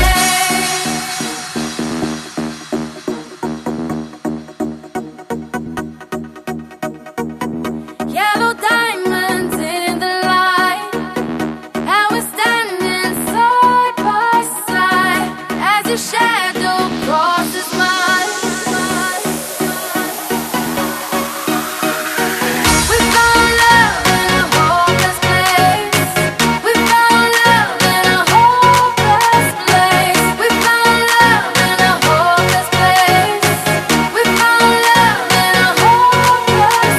place. Yellow diamonds in the light, and we're standing side by side as a shadow crosses mine. We found love in a hopeless place. We found love in a hopeless place. We found love in a hopeless place. We found love in a hopeless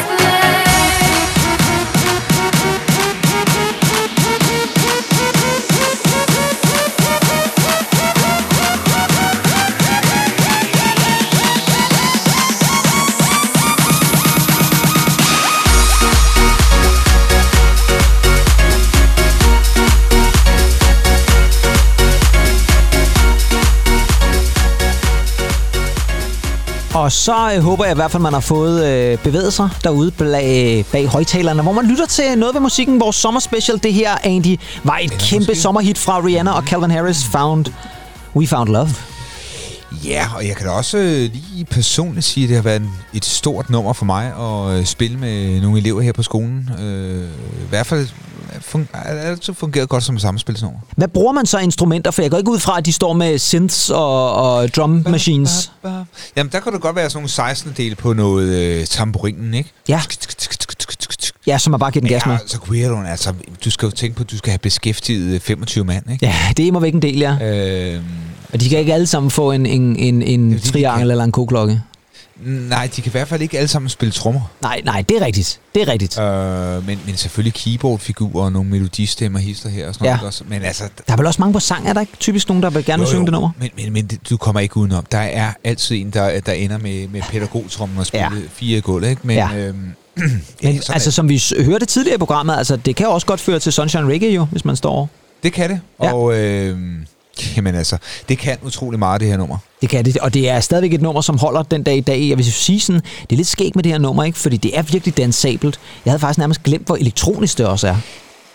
Og så øh, håber jeg i hvert fald, man har fået øh, bevæget sig derude bag, bag højtalerne, hvor man lytter til noget ved musikken. Vores sommerspecial, det her, Andy, var et kæmpe måske. sommerhit fra Rihanna og Calvin Harris, found, We Found Love. Ja, og jeg kan da også øh, lige personligt sige, at det har været en, et stort nummer for mig at øh, spille med nogle elever her på skolen. Øh, I hvert fald fun- har det altid fungeret godt som et samspilsnummer. Hvad bruger man så af instrumenter? For jeg går ikke ud fra, at de står med synths og, og drum machines. Jamen, der kan det godt være sådan nogle seksten-dele på noget øh, tamburinen, ikke? Ja. Ja, så man bare giver den gas med. Ja, så weirdoen, altså, du skal jo tænke på, at du skal have beskæftiget femogtyve mand, ikke? Ja, det er må væk en del, ja. Øh, Og de kan ikke alle sammen få en, en, en, en triangel eller en koklokke. nej, de kan i hvert fald ikke alle sammen spille trommer. Nej, nej, det er rigtigt. Det er rigtigt. Øh, men, men selvfølgelig keyboardfigurer og nogle melodistemmer, hister her og sådan Ja. noget også. Men altså, Der er vel også mange på sang, er der ikke typisk nogen, der vil gerne jo, synge jo, det nummer? Men, men, men det- du kommer ikke udenom. Der er altid en, der, der ender med, med pædagogtrommen og spille Ja. fire gulv, ikke? Men, Ja. øhm, Men ja, altså, altså, som vi s- hørte tidligere i programmet, altså, det kan jo også godt føre til Sunshine Reggae jo, hvis man står over. det kan det. Ja. Og øh, jamen altså, det kan utrolig meget, det her nummer. Det kan det, og det er stadigvæk et nummer, som holder den dag i dag. Jeg vil sige sådan, det er lidt skægt med det her nummer, ikke? Fordi det er virkelig dansabelt. Jeg havde faktisk nærmest glemt, hvor elektronisk det også er.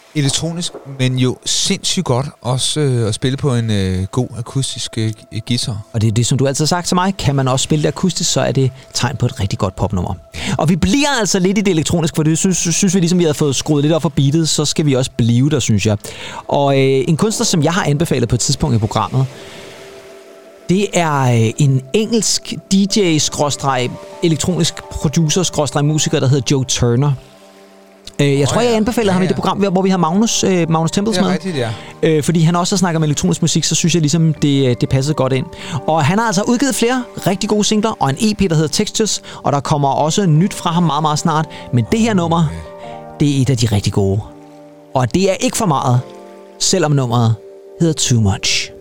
elektronisk, men jo sindssygt godt også øh, at spille på en øh, god akustisk øh, guitar. Og det er det, som du altid har sagt til mig. Kan man også spille det akustisk, så er det tegn på et rigtig godt popnummer. Og vi bliver altså lidt i det elektroniske, for det synes, synes vi ligesom, vi har fået skruet lidt op for beatet, så skal vi også blive der, synes jeg. Og øh, en kunstner, som jeg har anbefalet på et tidspunkt i programmet, det er øh, en engelsk D J-elektronisk producer-musiker, der hedder Joe Turner. Jeg tror, oh, ja. jeg anbefalede ja, ham ja. i det program, hvor vi har Magnus, øh, Magnus Tempels med. Det er rigtigt, ja. Øh, fordi han også har snakket om elektronisk musik, så synes jeg ligesom, det, det passede godt ind. Og han har altså udgivet flere rigtig gode singler, og en E P, der hedder Textures, og der kommer også nyt fra ham meget, meget snart. Men det her nummer, det er et af de rigtig gode. Og det er ikke for meget, selvom nummeret hedder Too Much.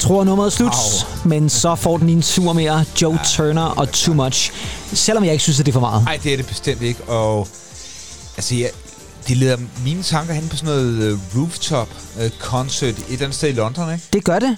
tror nummeret er slut, Au. men så får den en tur mere. Joe ja, Turner og Too Much. Selvom jeg ikke synes, at det er for meget. Nej, det er det bestemt ikke. Og altså, jeg, de leder mine tanker hen på sådan noget uh, rooftop-concert uh, et eller andet sted i London, ikke? Det gør det.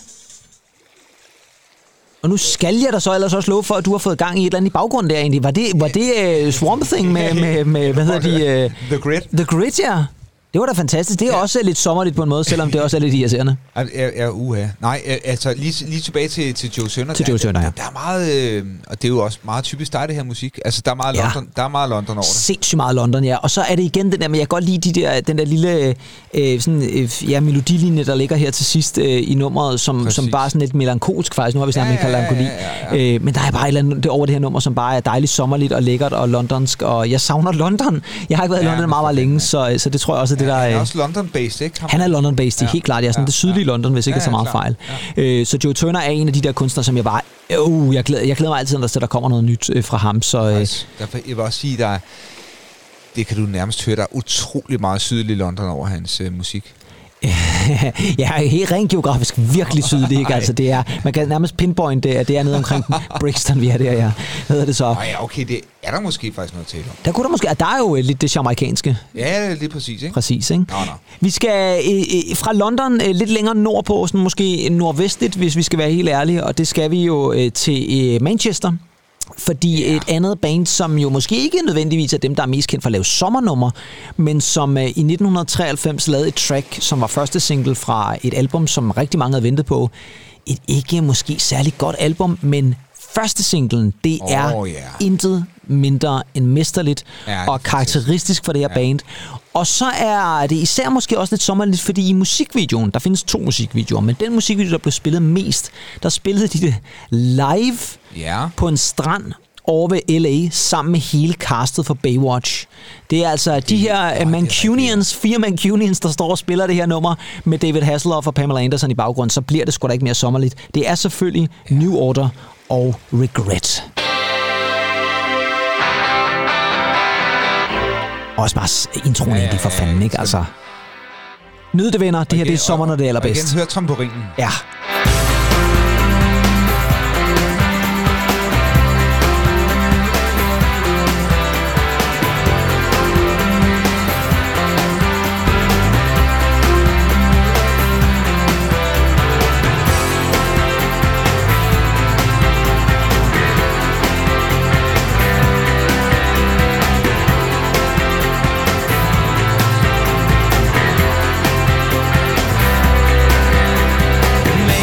Og nu skal jeg da så ellers også love for, at du har fået gang i et eller andet i baggrunden der egentlig. Var det, var det uh, Swamp Thing med, med, med, hvad hedder de? Uh, The Grid. The Grid, ja. Det var da fantastisk. Det er ja. også lidt sommerligt på en måde, selvom det også er lidt irriterende. Ja, ja, uha. Nej, altså lige, lige tilbage til, til Joe Turner. Til Joe Turner, ja. Der, der er meget, øh, og det er jo også meget typisk dig, det her musik. Altså, der er meget, ja. London, der er meget London over det. Sindssygt meget London, ja. Og så er det igen den der, men jeg kan godt lide de der, den der lille øh, sådan, øh, ja, melodilinje, der ligger her til sidst øh, i nummeret, som, som bare er sådan lidt melankolsk faktisk. Nu har vi snart ja, med melankoli. Ja, ja, ja. Øh, men der er bare et eller andet det over det her nummer, som bare er dejligt sommerligt og lækkert og londonsk. Og jeg savner London. Jeg har ikke været i ja, London meget, meget længe, så, så det tror jeg også, at det ja, der... Han er også London-based, ikke? Han er London-based, ja, helt klart. Jeg er sådan ja, det sydlige ja. London, hvis ikke ja, er så meget fejl. Ja. Øh, så Joe Turner er en af de der kunstnere, som jeg bare... Øh, jeg, glæder, jeg glæder mig altid, når der kommer noget nyt øh, fra ham. Så, øh, altså, derfor, jeg vil også sige, der er, det kan du nærmest høre, der er utrolig meget sydlig London over hans øh, musik. Ja, helt rent geografisk virkelig sydlig, ikke? Altså, det er, man kan nærmest pinpointe det, at det er nede omkring Brixton, vi er der, ja. Hvad hedder det så? Ja, okay, det er der måske faktisk noget til om. Der kunne der måske, der er jo lidt det jamaikanske. Ja, lige præcis, ikke? Præcis, ikke? Nå, nå. Vi skal øh, fra London øh, lidt længere nordpå, sådan måske nordvestligt, hvis vi skal være helt ærlige, og det skal vi jo øh, til øh, Manchester. Fordi yeah. et andet band, som jo måske ikke nødvendigvis er dem, der er mest kendt for at lave sommernummer, men som uh, i nitten treoghalvfems lavede et track, som var første single fra et album, som rigtig mange havde ventet på. Et ikke måske særlig godt album, men første singlen, det oh, er yeah. intet mindre end mesterligt ja, og karakteristisk for det her ja. band. Og så er det især måske også lidt sommerligt, fordi i musikvideoen, der findes to musikvideoer, men den musikvideo, der blev spillet mest, der spillede de det live ja. på en strand over ved L A sammen med hele castet for Baywatch. Det er altså de her Mancunians, fire Mancunians, der står og spiller det her nummer med David Hasselhoff og Pamela Anderson i baggrunden, så bliver det sgu da ikke mere sommerligt. Det er selvfølgelig ja. New Order og Regret. Også bare introen egentlig for fanden, ikke? Altså, nyd det, venner. Det her, det er sommer, når det er allerbedst. Og igen, hør tamburinen. Ja. Maybe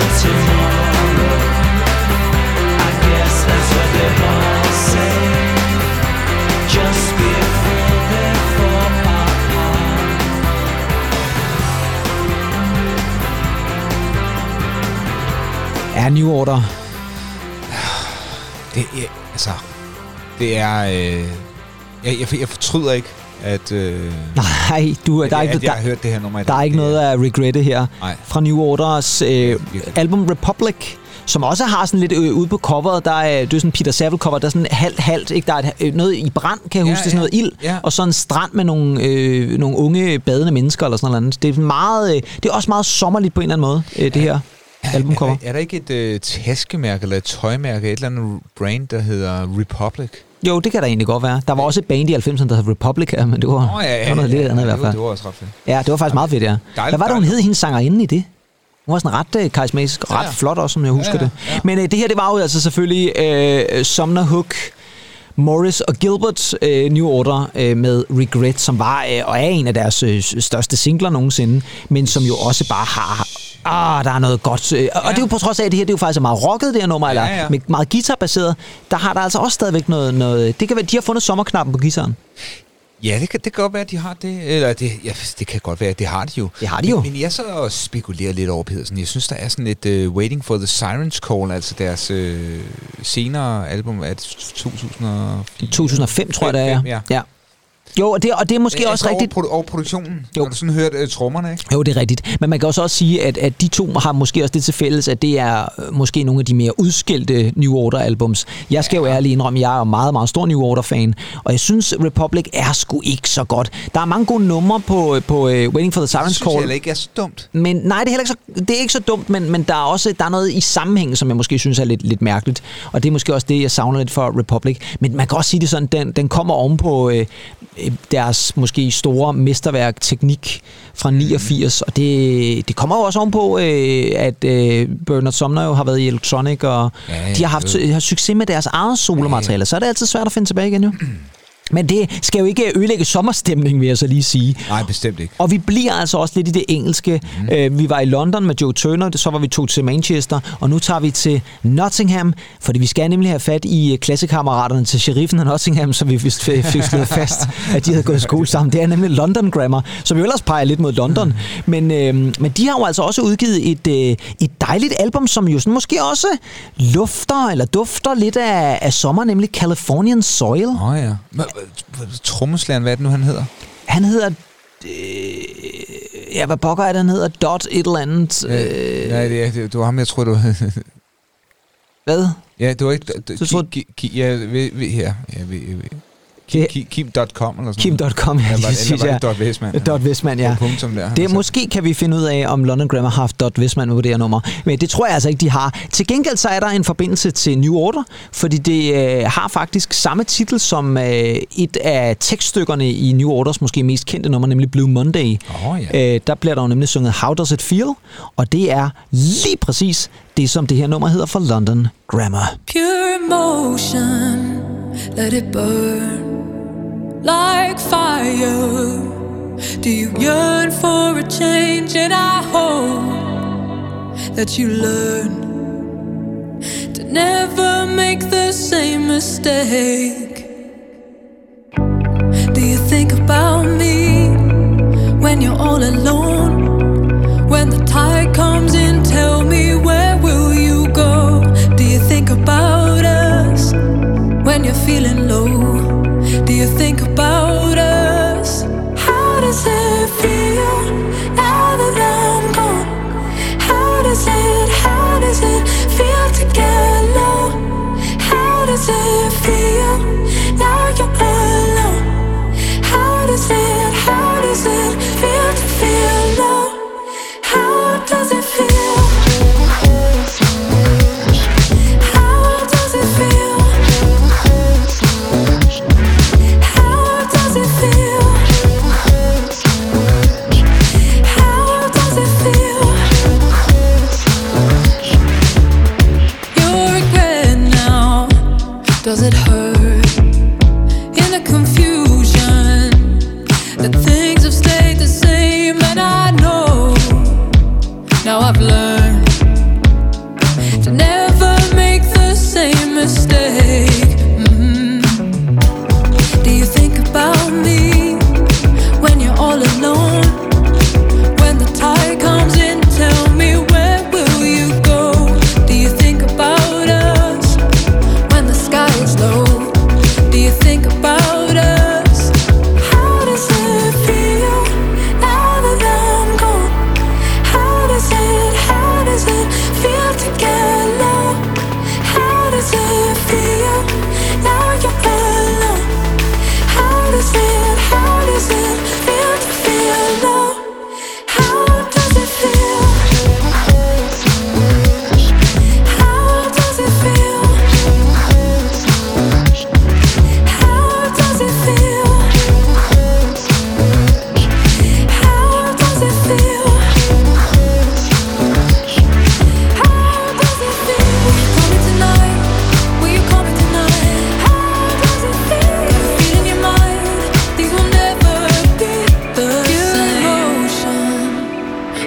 tomorrow. I guess that's what they all say. Just before they fall apart. Er New Order? Det er, altså, det er, øh, jeg, jeg, jeg fortryder ikke, at, øh, Nej, du, at, der er jeg, ikke, at jeg der, har hørt det her nummer i dag. der er ikke noget at regrette her. Nej. Fra New Orders øh, album Republic, som også har sådan lidt øh, ude på coveret, der er, det er sådan Peter Saville cover, der er sådan halvt halvt, ikke? Der er et, øh, noget i brand, kan jeg Ja, huske, det er sådan noget ja, ild, ja. og så en strand med nogle, øh, nogle unge badende mennesker eller sådan noget andet. Det er meget, øh, det er også meget sommerligt på en eller anden måde, øh, det her albumcover. Er, er der ikke et øh, taskemærke eller et tøjmærke, et eller andet brand, der hedder Republic? Jo, det kan der egentlig godt være. Der var også et band i halvfemserne, der hed Republic, men det var, Åh, ja, ja, det var noget ja, lidt ja, andet i det hvert var- fald. det var også ret fedt. Ja, det var faktisk meget fedt, ja. Hvad var det, hun hed, hendes sangerinde i det? Hun var sådan ret øh, karismatisk, og ret Ja. flot også, som jeg husker Ja, ja, det. Men øh, det her, det var jo altså selvfølgelig øh, Sumner Hook, Morris og Gilbert øh, New Order øh, med Regret, som var øh, og er en af deres øh, største singler nogensinde, men som jo også bare har... Ah, der er noget godt. Øh, og det er jo på trods af, at det her det er jo faktisk meget rocket, det her nummer, eller ja. med meget guitarbaseret. Der har der altså også stadigvæk noget... noget det kan være, de har fundet sommerknappen på guitaren. Ja, det kan, det kan godt være, at de har det. Eller det, ja, det kan godt være, at det har de jo. Det har de jo. Men, men jeg så spekulerer lidt over Pedersen. Jeg synes, der er sådan et uh, Waiting for the Sirens Call, altså deres uh, senere album af to tusind og fire. to tusind og fem, tror jeg, det er. Fem, ja. Ja. Jo, og det, og det er måske Ja, også altså rigtigt. Over, produ- over produktionen. Jo. Har du sådan hørt uh, trommerne, ikke? Jo, det er rigtigt. Men man kan også, også sige, at, at de to har måske også det til fælles, at det er øh, måske nogle af de mere udskilte New Order-albums. Jeg skal jo ærligt indrømme, at jeg er jo meget, meget stor New Order-fan, og jeg synes, Republic er sgu ikke så godt. Der er mange gode numre på, på uh, Waiting for the Sirens Det synes jeg Call. heller ikke er så dumt. Men nej, det er heller ikke så, det er ikke så dumt, men, men der er også der er noget i sammenhængen, som jeg måske synes er lidt, lidt mærkeligt. Og det er måske også det, jeg savner lidt for Republic. Men man kan også sige det sådan, den, den kommer ovenpå øh, deres måske store mesterværk teknik fra niogfirs, og det, det kommer jo også ovenpå, øh, at øh, Bernard Sumner jo har været i Electronic, og Ja, de har haft øh. har succes med deres eget solomateriale, så er det altid svært at finde tilbage igen jo. Men det skal jo ikke ødelægge sommerstemningen, vil jeg så lige sige. Nej, bestemt ikke. Og vi bliver altså også lidt i det engelske. Mm. Øh, vi var i London med Joe Turner, så var vi tog til Manchester, og nu tager vi til Nottingham, fordi vi skal nemlig have fat i klassekammeraterne til sheriffen af Nottingham, så vi vist fik fik slået fast, at de havde gået i skole sammen. Det er nemlig London Grammar, som jo ellers peger lidt mod London. Mm. Men, øh, men de har jo altså også udgivet et, øh, et dejligt album, som jo sådan måske også lufter eller dufter lidt af, af sommer, nemlig Californian Soil. Åh oh, ja. Trommeslageren, hvad er det nu, han hedder? Han hedder... Øh, ja, hvad pokker er det, han hedder? Dot et eller andet. Øh, Nej, det, er, det, det var ham, jeg tror, du... hvad? ja, det var ikke... Så tror- Ki, ki, ja, vi, vi, her. Ja, vi, vi. Det- Kim, Kim punktum com eller sådan Kim punktum com, ja, Ja, lige var, præcis, eller var ja. det Dot Westman? Dot Westman, ja. Punktum der. Det er, måske kan vi finde ud af, om London Grammar har haft Dot Westman på det her nummer. Men det tror jeg altså ikke, de har. Til gengæld så er der en forbindelse til New Order, fordi det øh, har faktisk samme titel som øh, et af tekststykkerne i New Orders måske mest kendte nummer, nemlig Blue Monday. Åh, ja. Øh, der bliver der jo nemlig sunget How Does It Feel? Og det er lige præcis det, som det her nummer hedder for London Grammar. Pure emotion, let it burn like fire. Do you yearn for a change? And I hope that you learn to never make the same mistake. Do you think about me when you're all alone? When the tide comes in, tell me, where will you go? Do you think about us when you're feeling low? Do you think about us? How does it feel now that I'm gone? How does it, how does it feel to get low? How does it feel now you're alone? How does it, how does it feel to feel low?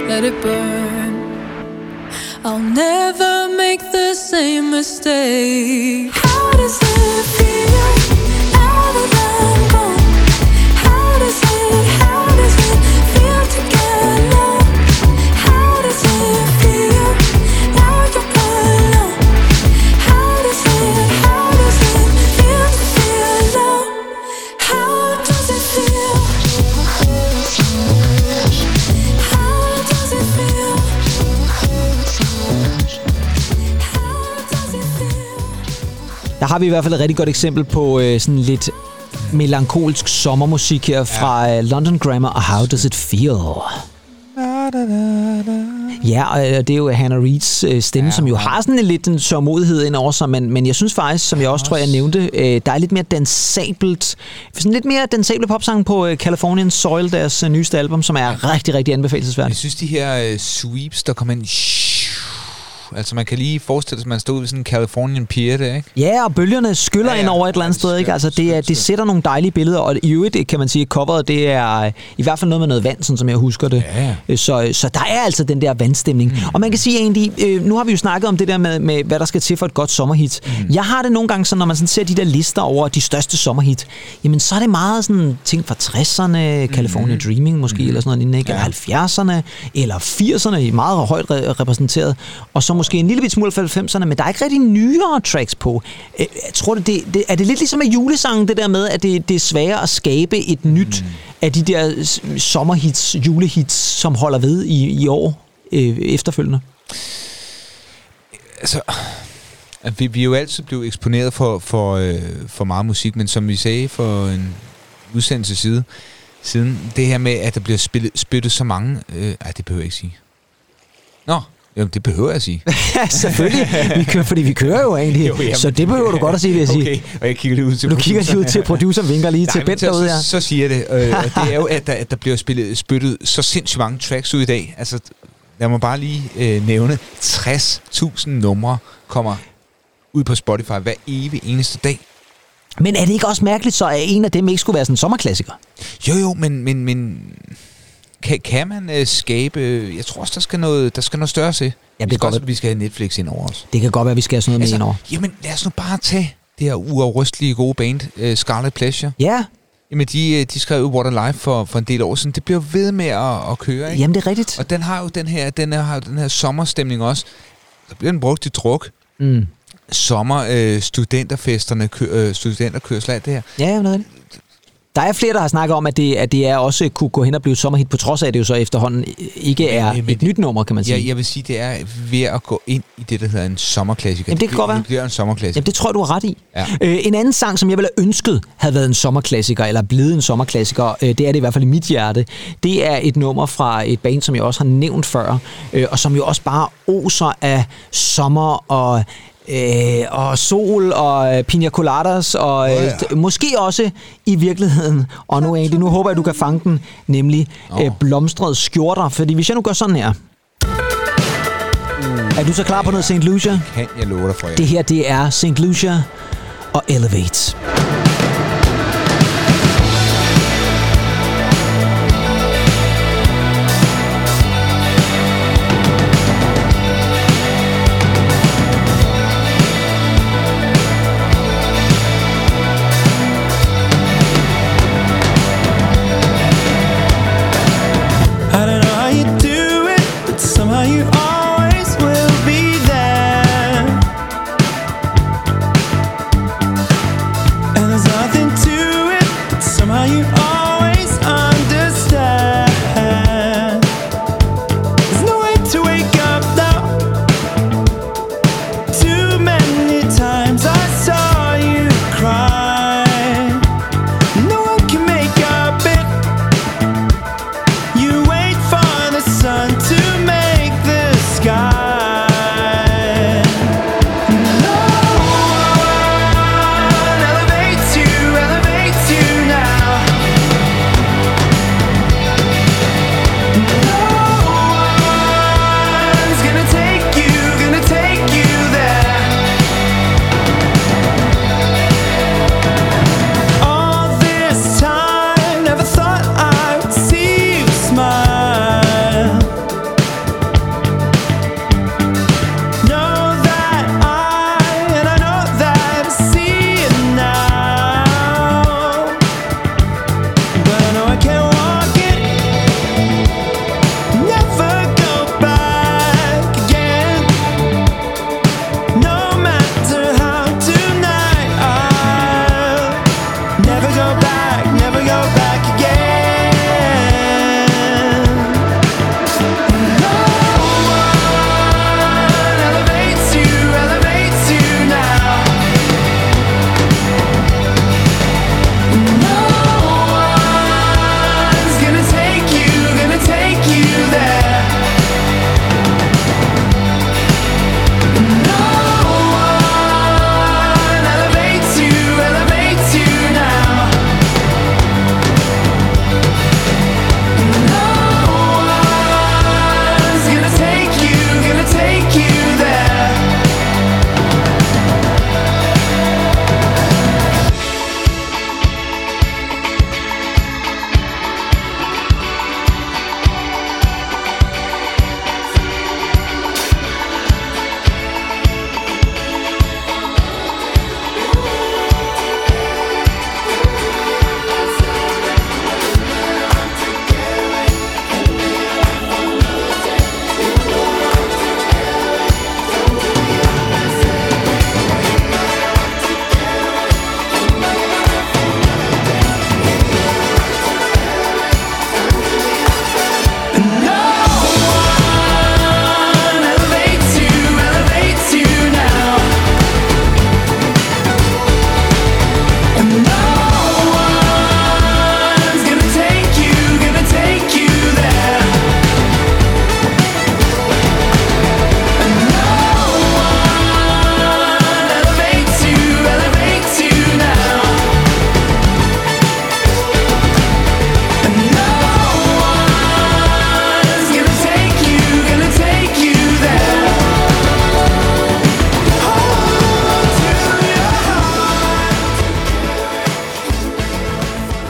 let it burn. I'll never make the same mistake. How does it feel now that I'm gone? How does it, how does it feel to get low? How does it feel now you're alone? How does it, how does it feel to feel low? How does it feel? How does it feel? Der har vi i hvert fald et rigtig godt eksempel på øh, sådan lidt melankolsk sommermusik her fra ja. London Grammar og How Does It Feel? Ja, og det er jo Hannah Reeds øh, stemme, ja, som jo har sådan en lidt en sørmodighed ind over sig, men, men jeg synes faktisk, som jeg også tror, jeg nævnte, øh, der er lidt mere dansabelt, sådan lidt mere dansable popsang på øh, Californian Soil, deres øh, nyeste album, som er ja. rigtig, rigtig anbefalelsesværdigt. Jeg synes, de her øh, sweeps, der kommer ind, altså man kan lige forestille sig, at man står ved sådan en Californian pier der, ikke? Ja, og bølgerne skyller ja, ja. ind over et eller andet ja, sted, ikke? Altså det, er, det sætter nogle dejlige billeder, og i øvrigt kan man sige, at coveret, det er i hvert fald noget med noget vand, sådan som jeg husker det. Ja. Så, så der er altså den der vandstemning. Mm. Og man kan sige egentlig, øh, nu har vi jo snakket om det der med, med, hvad der skal til for et godt sommerhit. Mm. Jeg har det nogle gange sådan, når man sådan ser de der lister over de største sommerhit, jamen så er det meget sådan ting fra tresserne, California mm. Dreaming måske, mm. eller sådan noget lignende, ikke? Eller ja. halvfjerdserne, eller firserne, meget højt re- repræsenteret, og så måske en lille bit smule fra halvfemserne, men der er ikke rigtig nyere tracks på. Jeg tror, det, det, er det lidt ligesom med julesangen, det der med, at det, det er sværere at skabe et nyt mm. af de der sommerhits, julehits, som holder ved i, i år øh, efterfølgende? Altså, vi, vi er jo altid blevet eksponeret for, for, øh, for meget musik, men som vi sagde for en udsendelse side, siden, det her med, at der bliver spillet, spyttet så mange... Øh, ej, det behøver jeg ikke sige. Nå, jo, det behøver jeg at sige. Ja, selvfølgelig. Vi kører, fordi vi kører jo egentlig. Jo, jamen, så det behøver du godt at sige, vil jeg sige. Okay, og jeg kigger lige ud til Du kigger lige ud til producer, vinker lige til Bent derude her. Så, så siger jeg det. Øh, det er jo, at der, at der bliver spillet, spyttet så sindssygt mange tracks ud i dag. Altså, lad mig bare lige øh, nævne, tres tusind numre kommer ud på Spotify hver evig eneste dag. Men er det ikke også mærkeligt, så at en af dem ikke skulle være sådan en sommerklassiker? Jo, jo, men... men, men Kan, kan man øh, skabe... Jeg tror også, der skal noget, der skal noget større til. Jamen, det også, vi skal have Netflix ind over os. Det kan godt være, at vi skal have sådan noget altså, med ind over. Jamen, lad os nu bare tage det her uafrystelige gode band, uh, Scarlet Pleasure. Ja. Jamen, de, de skrev jo What a Life for, for en del år siden. Det bliver ved med at, at køre, ikke? Jamen, det er rigtigt. Og den har jo den her, den her, har den her sommerstemning også. Der bliver den brugt til druk. Mm. Sommer, øh, studenterfesterne, kø, øh, studenterkørsel, alt det her. Ja, jamen, det er det. Der er flere, der har snakket om, at det, at det er også kunne gå hen og blive et sommerhit, på trods af, at det jo så efterhånden ikke er Jamen, et nyt nummer, kan man sige. Ja, jeg vil sige, det er ved at gå ind i det, der hedder en sommerklassiker. Jamen, det kan godt være. Det bliver en sommerklassiker. Jamen, det tror jeg, du har ret i. Ja. Øh, en anden sang, som jeg ville have ønsket havde været en sommerklassiker, eller blevet en sommerklassiker, øh, det er det i hvert fald i mit hjerte, det er et nummer fra et band, som jeg også har nævnt før, øh, og som jo også bare oser af sommer og... Øh, og sol og øh, pina coladas og øh, oh, ja. måske også i virkeligheden, og nu egentlig, nu håber jeg, du kan fange den, nemlig øh, blomstrede skjorter, fordi hvis jeg nu gør sådan her, uh, er du så klar på noget Saint Lucia? Kan jeg love dig for, ja. Det her, det er Saint Lucia og Elevate. You always will be there.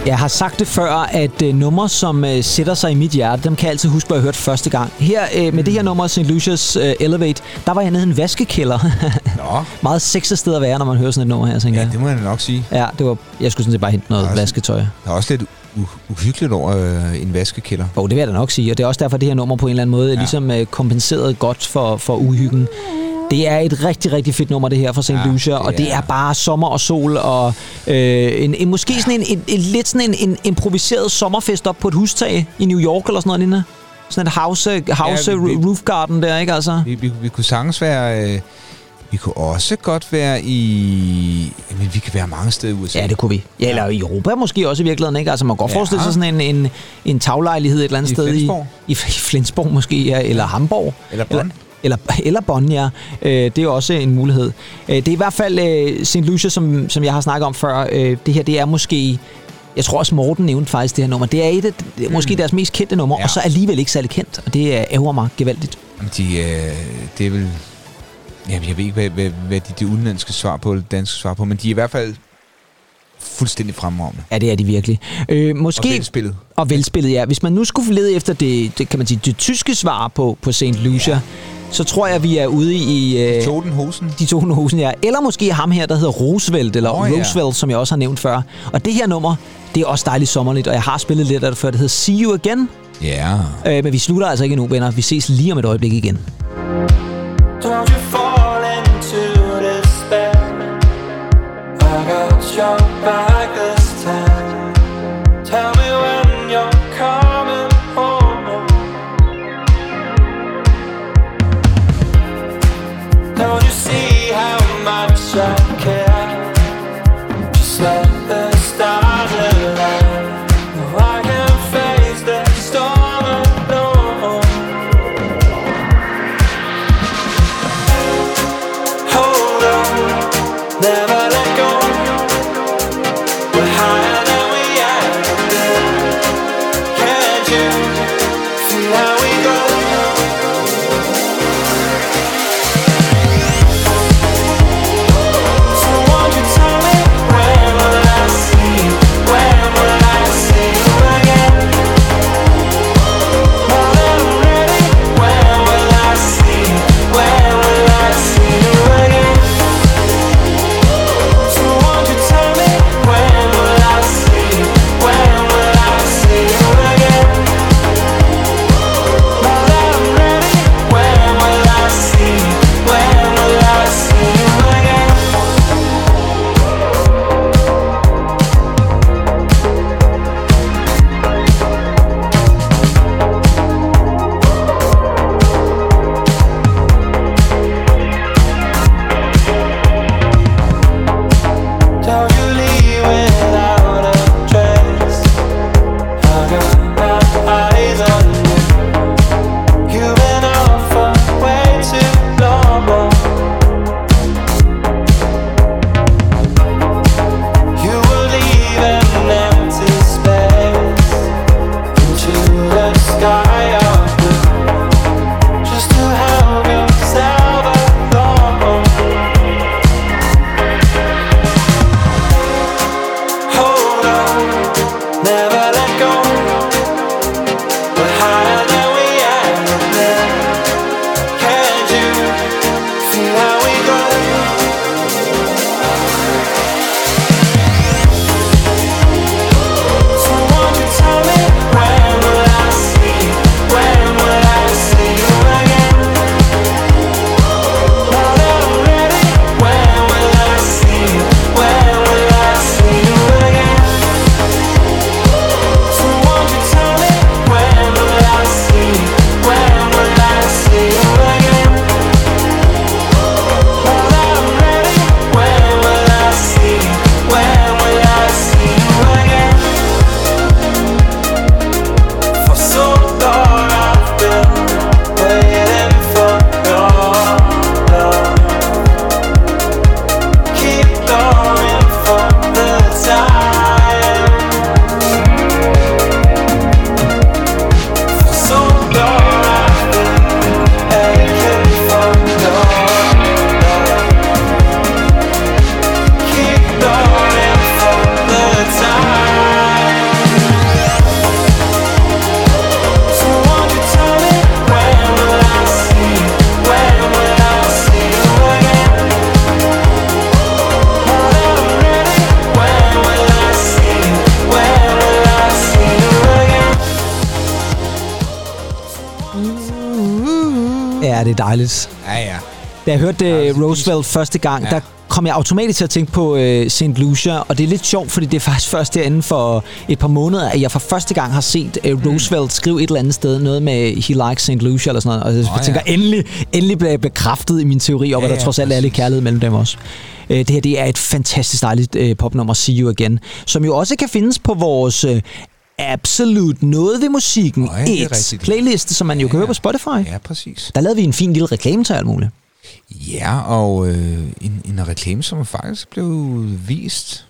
Jeg har sagt det før, at øh, numre, som øh, sætter sig i mit hjerte, dem kan jeg altid huske, hvor jeg hørte første gang. Her øh, med mm. det her nummer, Saint Lucia's øh, Elevate, der var jeg nede i en vaskekælder. Nå. Meget sexet sted at være, når man hører sådan et nummer her, tænker Ja, jeg. det må jeg nok sige. Ja, det var, jeg skulle sådan set bare hente noget også, vasketøj. Der er også lidt u- uhyggeligt over øh, en vaskekælder. Og det vil jeg da nok sige, og det er også derfor, det her nummer på en eller anden måde ja. ligesom øh, kompenseret godt for, for uhyggen. Det er et rigtig, rigtig fedt nummer, det her fra Saint Ja, Lucia, og det er bare sommer og sol, og øh, en, en, måske sådan en, en, en lidt sådan en, en improviseret sommerfest op på et hustag i New York, eller sådan noget lignende. Sådan et house, house ja, vi, roof garden der, ikke altså? Vi, vi, vi kunne sagtens være... Øh, vi kunne også godt være i... Men vi kan være mange steder i U S A. Ja, det kunne vi. Ja, eller i Europa måske også i virkeligheden, ikke? Altså man kan godt ja. forestille sig sådan en, en, en taglejlighed et eller andet I sted Flensborg. i, i Flensborg måske, ja, eller Hamburg. Eller Bonn. Eller, eller Bonn, ja. Øh, det er også en mulighed. Øh, det er i hvert fald øh, Saint Lucia, som, som jeg har snakket om før. Øh, det her, det er måske... Jeg tror også, Morten nævnte faktisk det her nummer. Det er et af det er måske mm. deres mest kendte nummer, ja. og så alligevel ikke særlig kendt. Og det er ærger mig gevaldigt. De, øh, det er vel... Jamen, jeg ved ikke, hvad, hvad, hvad de, de udenlandske svar på, eller danske svar på, men de er i hvert fald fuldstændig fremragende. Ja, det er de virkelig. Øh, måske, og velspillet. Og velspillet, ja. Hvis man nu skulle lede efter det, det kan man sige, det tyske svar på, på Saint Lucia, ja. så tror jeg, vi er ude i... Øh, de Totenhosen. De Totenhosen, ja. Eller måske ham her, der hedder Roosevelt, eller oh, Roosevelt, ja. som jeg også har nævnt før. Og det her nummer, det er også dejligt sommerligt, og jeg har spillet lidt af det før. Det hedder See You Again. Ja. Øh, men vi slutter altså ikke endnu, venner. Vi ses lige om et øjeblik igen. Don't you fall into despair. I got your back this time. Tell me when you're coming home. Don't you see how much I care? Just let the stars align. No, I can face the storm alone. Ja, det er dejligt. Ja, ja. Da jeg hørte uh, Roosevelt første gang, ja. der kom jeg automatisk til at tænke på uh, Saint Lucia, og det er lidt sjovt, fordi det er faktisk først derinde for et par måneder, at jeg for første gang har set uh, Roosevelt skrive et eller andet sted noget med He likes Saint Lucia eller sådan noget, og jeg oh, tænker, ja. endelig, endelig blev jeg bekræftet i min teori om, ja, at der ja, trods alt er lidt kærlighed mellem dem også. Uh, det her, det er et fantastisk dejligt uh, popnummer, See You Again, som jo også kan findes på vores... Uh, Absolut noget ved musikken. Oh, ja, et playliste, som man jo ja, kan høre på Spotify. Ja, præcis. Der lavede vi en fin lille reklame til alt muligt. Ja, og øh, en, en reklame, som faktisk blev vist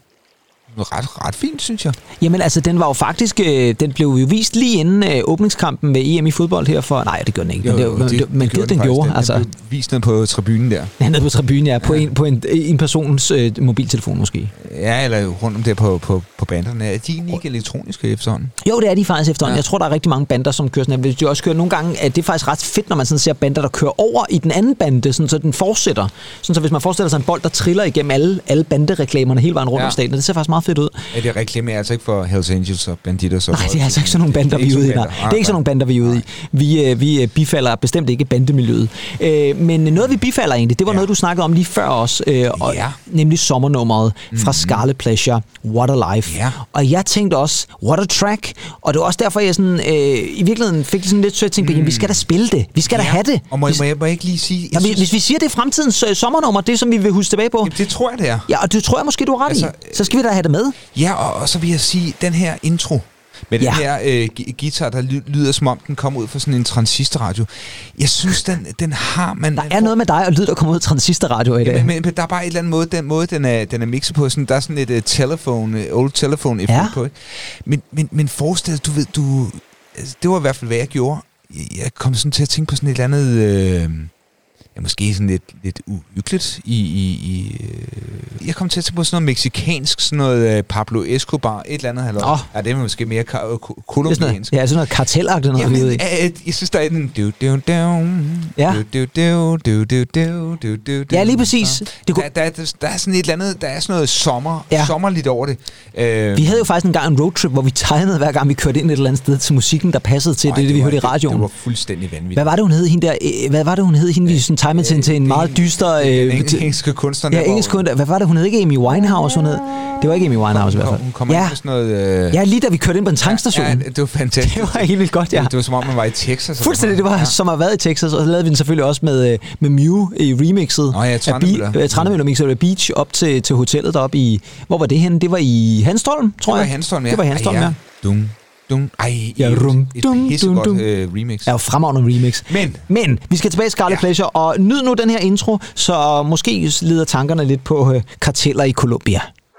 ret, ret fint, synes jeg. Jamen altså, den var jo faktisk, øh, den blev jo vist lige inden øh, åbningskampen ved E M i fodbold her for, nej, det gjorde den ikke, jo, men, det, det, det, men det, det den, den gjorde. Den, altså, den blev vist ned på tribunen der. Ja, nede på tribunen, ja, på, ja. En, på en, en persons øh, mobiltelefon måske. Ja, eller rundt om der på, på, på banderne. Er de egentlig ikke elektroniske efterhånden? Jo, det er de faktisk efterhånden. Ja. Jeg tror, der er rigtig mange bander, som kører sådan. Hvis du også kører nogle gange, at det er faktisk ret fedt, når man sådan ser bander, der kører over i den anden bande, sådan, så den fortsætter. Sådan, så hvis man forestiller sig en bold, der triller igennem alle, alle bandereklamerne hele vejen rundt ja. om stadion, det ser faktisk meget fedt ud. Ja, det reklamerer altså ikke for Hells Angels og Banditos. Og nej, det er altså ikke sådan nogle bander, vi er ude i. Nej. Det er ikke sådan nogle bander, vi er ude i. Vi, vi bifalder bestemt ikke bandemiljøet. Men noget, vi bifalder egentlig, det var ja. noget, du snakkede om lige før også, og ja. nemlig sommernummeret fra mm-hmm. Scarlet Pleasure, What a Life. Ja. Og jeg tænkte også, what a track. Og det var også derfor, jeg sådan, øh, i virkeligheden fik sådan lidt sødt tænkt, mm. vi skal da spille det. Vi skal ja. da have det. Og må, hvis, må, jeg, må jeg ikke lige sige... Ja, synes... Hvis vi siger, det er fremtidens øh, sommernummer, det som vi vil huske tilbage på. Jamen, det tror jeg, det er. Ja, og det tror jeg måske, du har ret altså, i. Så skal vi da have det med. Ja, og, og så vil jeg sige, den her intro med den ja. her øh, guitar, der lyder som om, den kommer ud fra sådan en transistorradio. Jeg synes, den, den har man... Der er noget med dig og lyd, der kommer ud af transistorradio i dag. Ja, men, men der er bare et eller andet måde, den måde, den er, den er mixet på. Sådan, der er sådan et uh, telefon, uh, old telephone effekt ja. på. Ikke? Men, men, men forestil du ved, du... Altså, det var i hvert fald, hvad jeg gjorde. Jeg kom sådan til at tænke på sådan et eller andet... Øh, ja, måske sådan lidt, lidt uhyggeligt i... i, i øh. Jeg kom til at tænke på sådan noget mexikansk, sådan noget uh, Pablo Escobar, et eller andet halvår. Oh. Ja, det er måske mere kolumbiansk. Ja, sådan noget kartelagtigt noget. Jamen, jeg, jeg synes, der er en... Du, du, du, ja. Du, du, du, du, du, du, du, ja, lige præcis. Det kunne... der, der, der er sådan et eller andet... Der er sådan noget sommer, ja. sommerligt over det. Uh, vi havde jo faktisk en gang en roadtrip, hvor vi tegnede hver gang, vi kørte ind et eller andet sted til musikken, der passede til Ej, det, det, det, vi hørte i radioen. Det var fuldstændig vanvittigt. Hvad var det, hun hed? Hende der, hvad var det, hun hed? Hende, vi sådan timede til, til en meget dyster... Den engelske kunstner. Ja, engelsk kunstner. Hvad var det, hun hed? Ikke Amy Winehouse, hun hed. Det var ikke Amy Winehouse i hvert fald. Hun kommer ja. ind på sådan noget... Øh... Ja, lige da vi kørte ind på en tankstation. Ja, ja, det var fantastisk. Det var helt vildt godt, ja. Det, det var som om, man var i Texas. Fuldstændig, det var ja. som at have været i Texas. Og så lavede vi den selvfølgelig også med, med Mew i remixet. Nå ja, Trandemøller. Trandemøller mixet af Beach op til, til hotellet deroppe i... Hvor var det henne? Det var i Hanstholm, tror jeg. Det var Hanstholm, ja. Det var Hanstholm, ja. Dum. Dum. Ej, ja, rum, et dum, pissegodt dum, dum. Øh, remix. Ja, fremragende remix. Men, Men vi skal tilbage til Scarlet ja. Pleasure, og nyd nu den her intro, så måske leder tankerne lidt på øh, karteller i Colombia.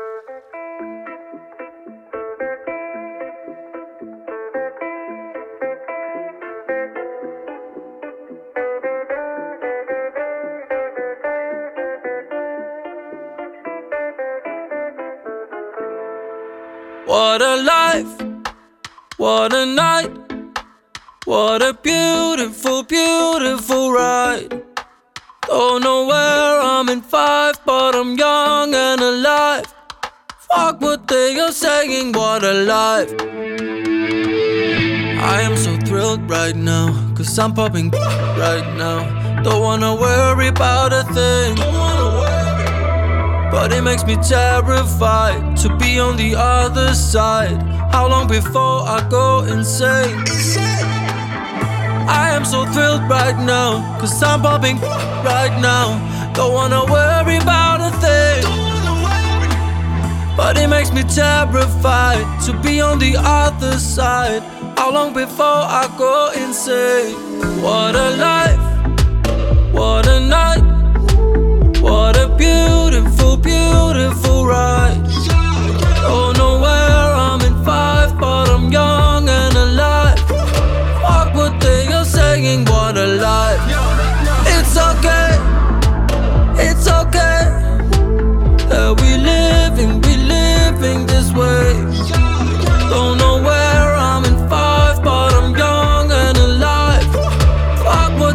What a life, what a night, what a beautiful, beautiful ride. Don't know where I'm in five, but I'm young and alive. Fuck what they are saying, what a life. I am so thrilled right now, cause I'm popping right now. Don't wanna worry about a thing, but it makes me terrified to be on the other side. How long before I go insane? I am so thrilled right now, cause I'm popping right now. Don't wanna worry about a thing, but it makes me terrified to be on the other side. How long before I go insane? What a life, what a night, what a beautiful, beautiful ride. Don't know where I'm in five, but I'm young and alive. Fuck what they are saying, what a life. It's okay, it's okay that we living, we living this way. Don't know where I'm in five, but I'm young and alive. Fuck what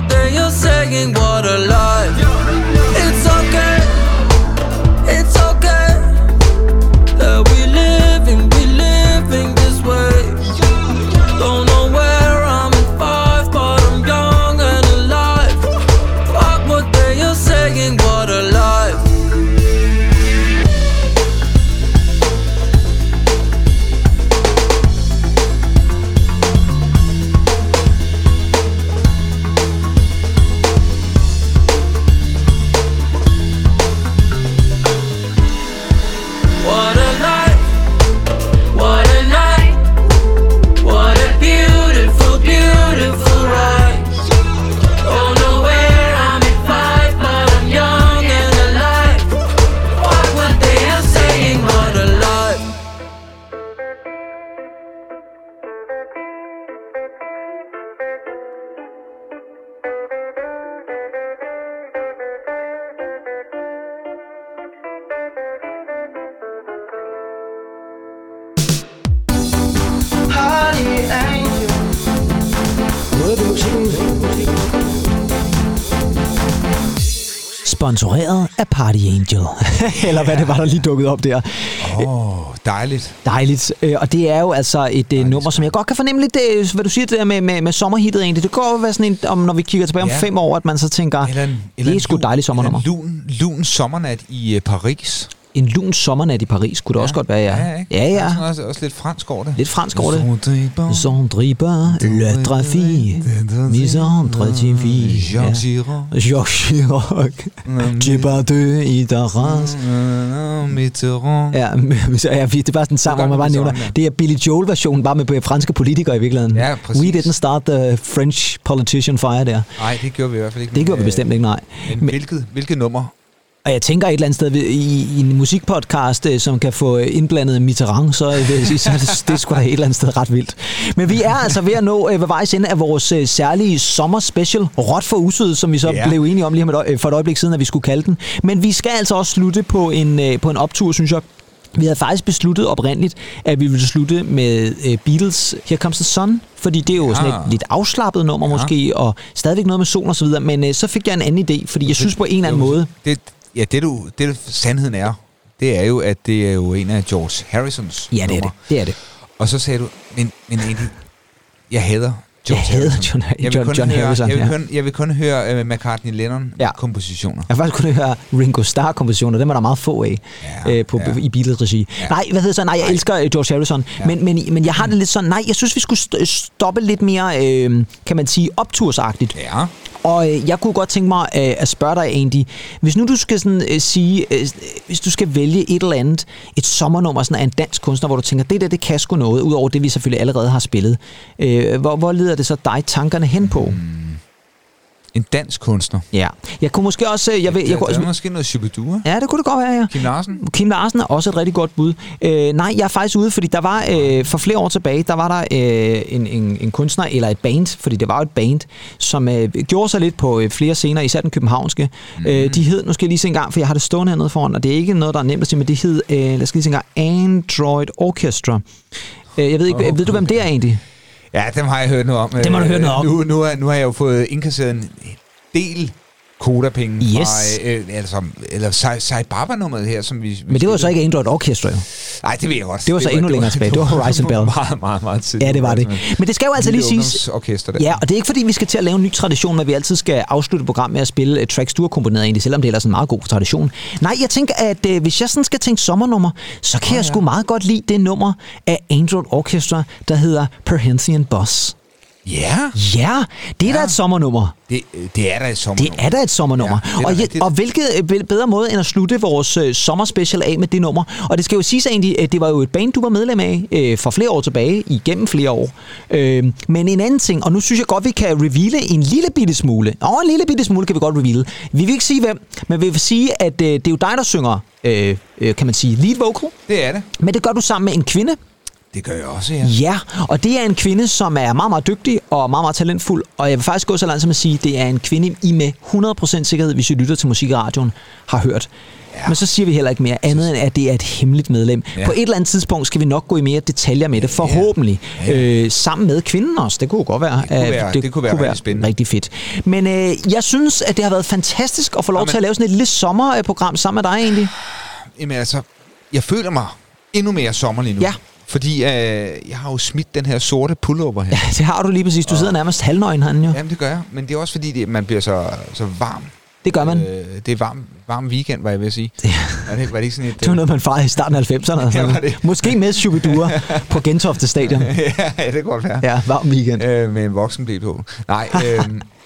Sponsoreret af Party Angel. Eller hvad det var, der lige dukkede op der. Åh, oh, dejligt. Dejligt. Øh, og det er jo altså et Dejligt. nummer, som jeg godt kan fornemme lidt, øh, hvad du siger det der med, med, med sommerhittet egentlig. Det går jo være sådan en, om når vi kigger tilbage om ja. fem år, at man så tænker, eller en, eller det er sgu et dejligt sommernummer. Eller en lun, lun sommernat i uh, Paris. En lun sommernat i Paris kunne det ja. også godt være, ja. Ja, ikke? Ja, ja. Der er også, også lidt fransk over det. Lidt fransk over det. Zondriba, le trafic, mise entre tivi. Jacques Chirac. Jacques Chirac. Djibade i Daras. Mitterrand. Ja, ja, det er bare sådan en sang, hvor man bare nævner. Det er Billy Joel-versionen, bare med franske politikere i virkeligheden. Ja, præcis. We didn't start the French politician fire der. Nej, det gjorde vi i hvert fald ikke. Det gjorde vi bestemt ikke, nej. Men, men hvilket, hvilket nummer? Og jeg tænker et eller andet sted i, i en musikpodcast, som kan få indblandet Mitterrand, så, så det, det er sgu da et eller andet sted ret vildt. Men vi er altså ved at nå ved vejs ende af vores særlige sommerspecial, Råt for Usødet, som vi så yeah. blev enige om lige for et øjeblik siden, at vi skulle kalde den. Men vi skal altså også slutte på en, på en optur, synes jeg. Vi havde faktisk besluttet oprindeligt, at vi ville slutte med uh, Beatles Here Comes the Sun, fordi det er jo ja. sådan et lidt afslappet nummer ja. måske, og stadigvæk noget med sol og så videre. Men uh, så fik jeg en anden idé, fordi jeg synes på en eller anden måde... Det, ja, det du, det sandheden er, det er jo, at det er jo en af George Harrisons Ja, det er det. det er det. Og så sagde du, men, men egentlig, jeg hader George jeg Harrison. John, jeg vil John, kun John høre, Harrison, jeg vil ja. kun, jeg vil kun høre uh, McCartney Lennon-kompositioner. Jeg har faktisk kun høre Ringo Starr-kompositioner, dem er der meget få af ja, øh, på, ja. i Beatles-regi. Ja. Nej, hvad hedder så? Nej, jeg nej. elsker uh, George Harrison, ja. men, men, men jeg har det lidt sådan, nej, jeg synes, vi skulle st- stoppe lidt mere, øh, kan man sige, optursagtigt. Ja. Og øh, jeg kunne godt tænke mig øh, at spørge dig, Andy, hvis nu du skal sådan, øh, sige, øh, hvis du skal vælge et eller andet, et sommernummer sådan af en dansk kunstner, hvor du tænker, det der, det kan sgu noget, udover det, vi selvfølgelig allerede har spillet. Øh, hvor, hvor leder det så dig tankerne hen på? Mm. En dansk kunstner. Ja. Jeg kunne måske også... Jeg vil, der, jeg kunne der også er måske noget Shubidua. Ja, det kunne det godt være, ja. Kim Larsen. Kim Larsen er også et rigtig godt bud. Øh, nej, jeg er faktisk ude, fordi der var øh, for flere år tilbage, der var der øh, en, en, en kunstner, eller et band, fordi det var jo et band, som øh, gjorde sig lidt på øh, flere scener, især den københavnske. Mm. Øh, de hed, nu skal jeg lige se en gang, for jeg har det stående hernede foran, og det er ikke noget, der er nemt at sige, men det hed, øh, lad os lige se en gang, Android Orchestra. Øh, jeg ved ikke, okay. ved du, hvem det er egentlig? Ja, dem har jeg hørt noget om. Dem har du hørt noget om. Nu, nu, nu har jeg jo fået indkasseret en del kodapenge yes. fra, øh, altså, eller Sai Baba-nummeret her, som vi... Men det var så ikke Android Orchestra, jo. Nej, det ved jeg godt. Det var så det endnu var, længere tilbage. Det var Horizon Bell. Meget, meget, meget tidligt. Ja, det var det. Men det skal jo altså lige siges... Ja, og det er ikke fordi, vi skal til at lave en ny tradition, hvor vi altid skal afslutte program med at spille uh, tracks, du har komponeret egentlig, selvom det er ellers en meget god tradition. Nej, jeg tænker, at uh, hvis jeg sådan skal tænke sommernummer, så kan oh, jeg sgu ja. meget godt lide det nummer af Android Orchestra, der hedder Perhentian Bus. Ja. Yeah. Ja, det er ja. da et sommernummer. Det, det er da et sommernummer. Det er da et sommernummer. Ja, og, ja, og hvilket bedre måde end at slutte vores uh, sommerspecial af med det nummer. Og det skal jo siges egentlig, at det var jo et band, du var medlem af uh, for flere år tilbage, igennem flere år. Uh, men en anden ting, og nu synes jeg godt, vi kan reveale en lille bitte smule. Og en lille bitte smule kan vi godt reveale. Vi vil ikke sige hvem, men vi vil sige, at uh, det er jo dig, der synger, uh, uh, kan man sige, lead vocal. Det er det. Men det gør du sammen med en kvinde. Det gør jeg også, ja. Ja, og det er en kvinde, som er meget, meget dygtig og meget, meget talentfuld. Og jeg vil faktisk gå så langt som at sige, at det er en kvinde, I med hundrede procent sikkerhed, hvis I lytter til musikradioen, har hørt. Ja. Men så siger vi heller ikke mere andet, end at det er et hemmeligt medlem. Ja. På et eller andet tidspunkt skal vi nok gå i mere detaljer med det, forhåbentlig. Ja. Ja. Øh, sammen med kvinden også. Det kunne godt være. Det kunne være, det, det kunne være, kunne være rigtig spændende. Rigtig fedt. Men øh, jeg synes, at det har været fantastisk at få lov ja, men... til at lave sådan et lille sommerprogram sammen med dig egentlig. Jamen altså, jeg føler mig endnu mere sommerlig nu. Ja. Fordi øh, jeg har jo smidt den her sorte pullover her. Ja, det har du lige præcis. Du sidder nærmest halvnøgen herinde jo. Jamen, det gør jeg. Men det er også fordi, det, man bliver så, så varm. Det gør man. Øh, det er varm, varm weekend, var jeg ved at sige. Ja. Var det, var det ikke sådan et... Det var noget, man fejrede i starten af halvfemserne. Altså. Ja, det. Måske med Shubidua på Gentofte Stadion. Ja, det kan godt være. Ja, varm weekend. Øh, med en voksenblæ på. Nej, øh,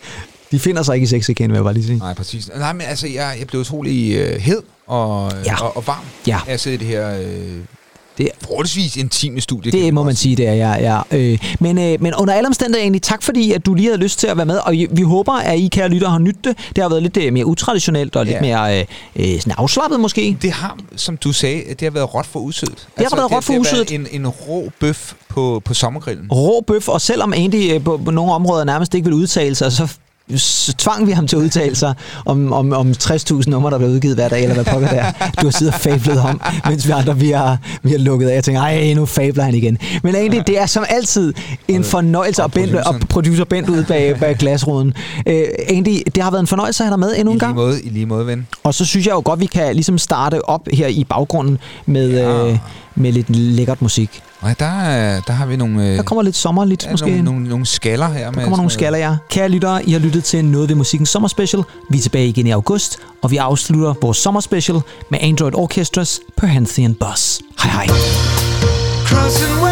de finder sig ikke i sex igen, vil jeg bare lige sige. Nej, præcis. Nej, men altså, jeg, jeg blev utrolig øh, hed og, ja. og, og varm. Ja. Jeg sidder i det her... Øh, det er forholdsvis intime studie. Det må man sige, det er, ja. ja. Øh, men, øh, men under alle omstændigheder egentlig, tak fordi, at du lige havde lyst til at være med, og vi håber, at I, kære lytter, har nyttet det. Det har været lidt øh, mere utraditionelt og ja. lidt mere øh, sådan afslappet måske. Det har, som du sagde, det har været råt for usødet. Det altså, har været råt for usødet. Det har været en, en rå bøf på, på sommergrillen. Rå bøf, og selvom Andy øh, på, på nogle områder nærmest ikke vil udtale sig, så så tvang vi ham til at udtale sig om, om, om tres tusind numre, der blev udgivet hver dag, eller hvad pokker der. Du har siddet og fablet om, mens vi andre, vi har, vi har lukket af. Jeg tænker, ej, nu fabler han igen. Men egentlig, det er som altid en fornøjelse, og, Bent, og producer Bent ude bag, bag glasruden. Uh, egentlig, det har været en fornøjelse at have dig med endnu en gang. I lige måde, i lige måde, ven. Og så synes jeg jo godt, vi kan ligesom starte op her i baggrunden med, ja. øh, med lidt lækkert musik. Nej, der, der har vi nogle... Øh, der kommer lidt sommerligt, ja, måske. Nogle, nogle, nogle skaller her. Der kommer nogle skaller, ja. Kære lyttere, I har lyttet til Noget ved Musikken sommerspecial. Vi er tilbage igen i august, og vi afslutter vores sommerspecial med Android Orchestras Perhentian Bus. Hej hej. Crossing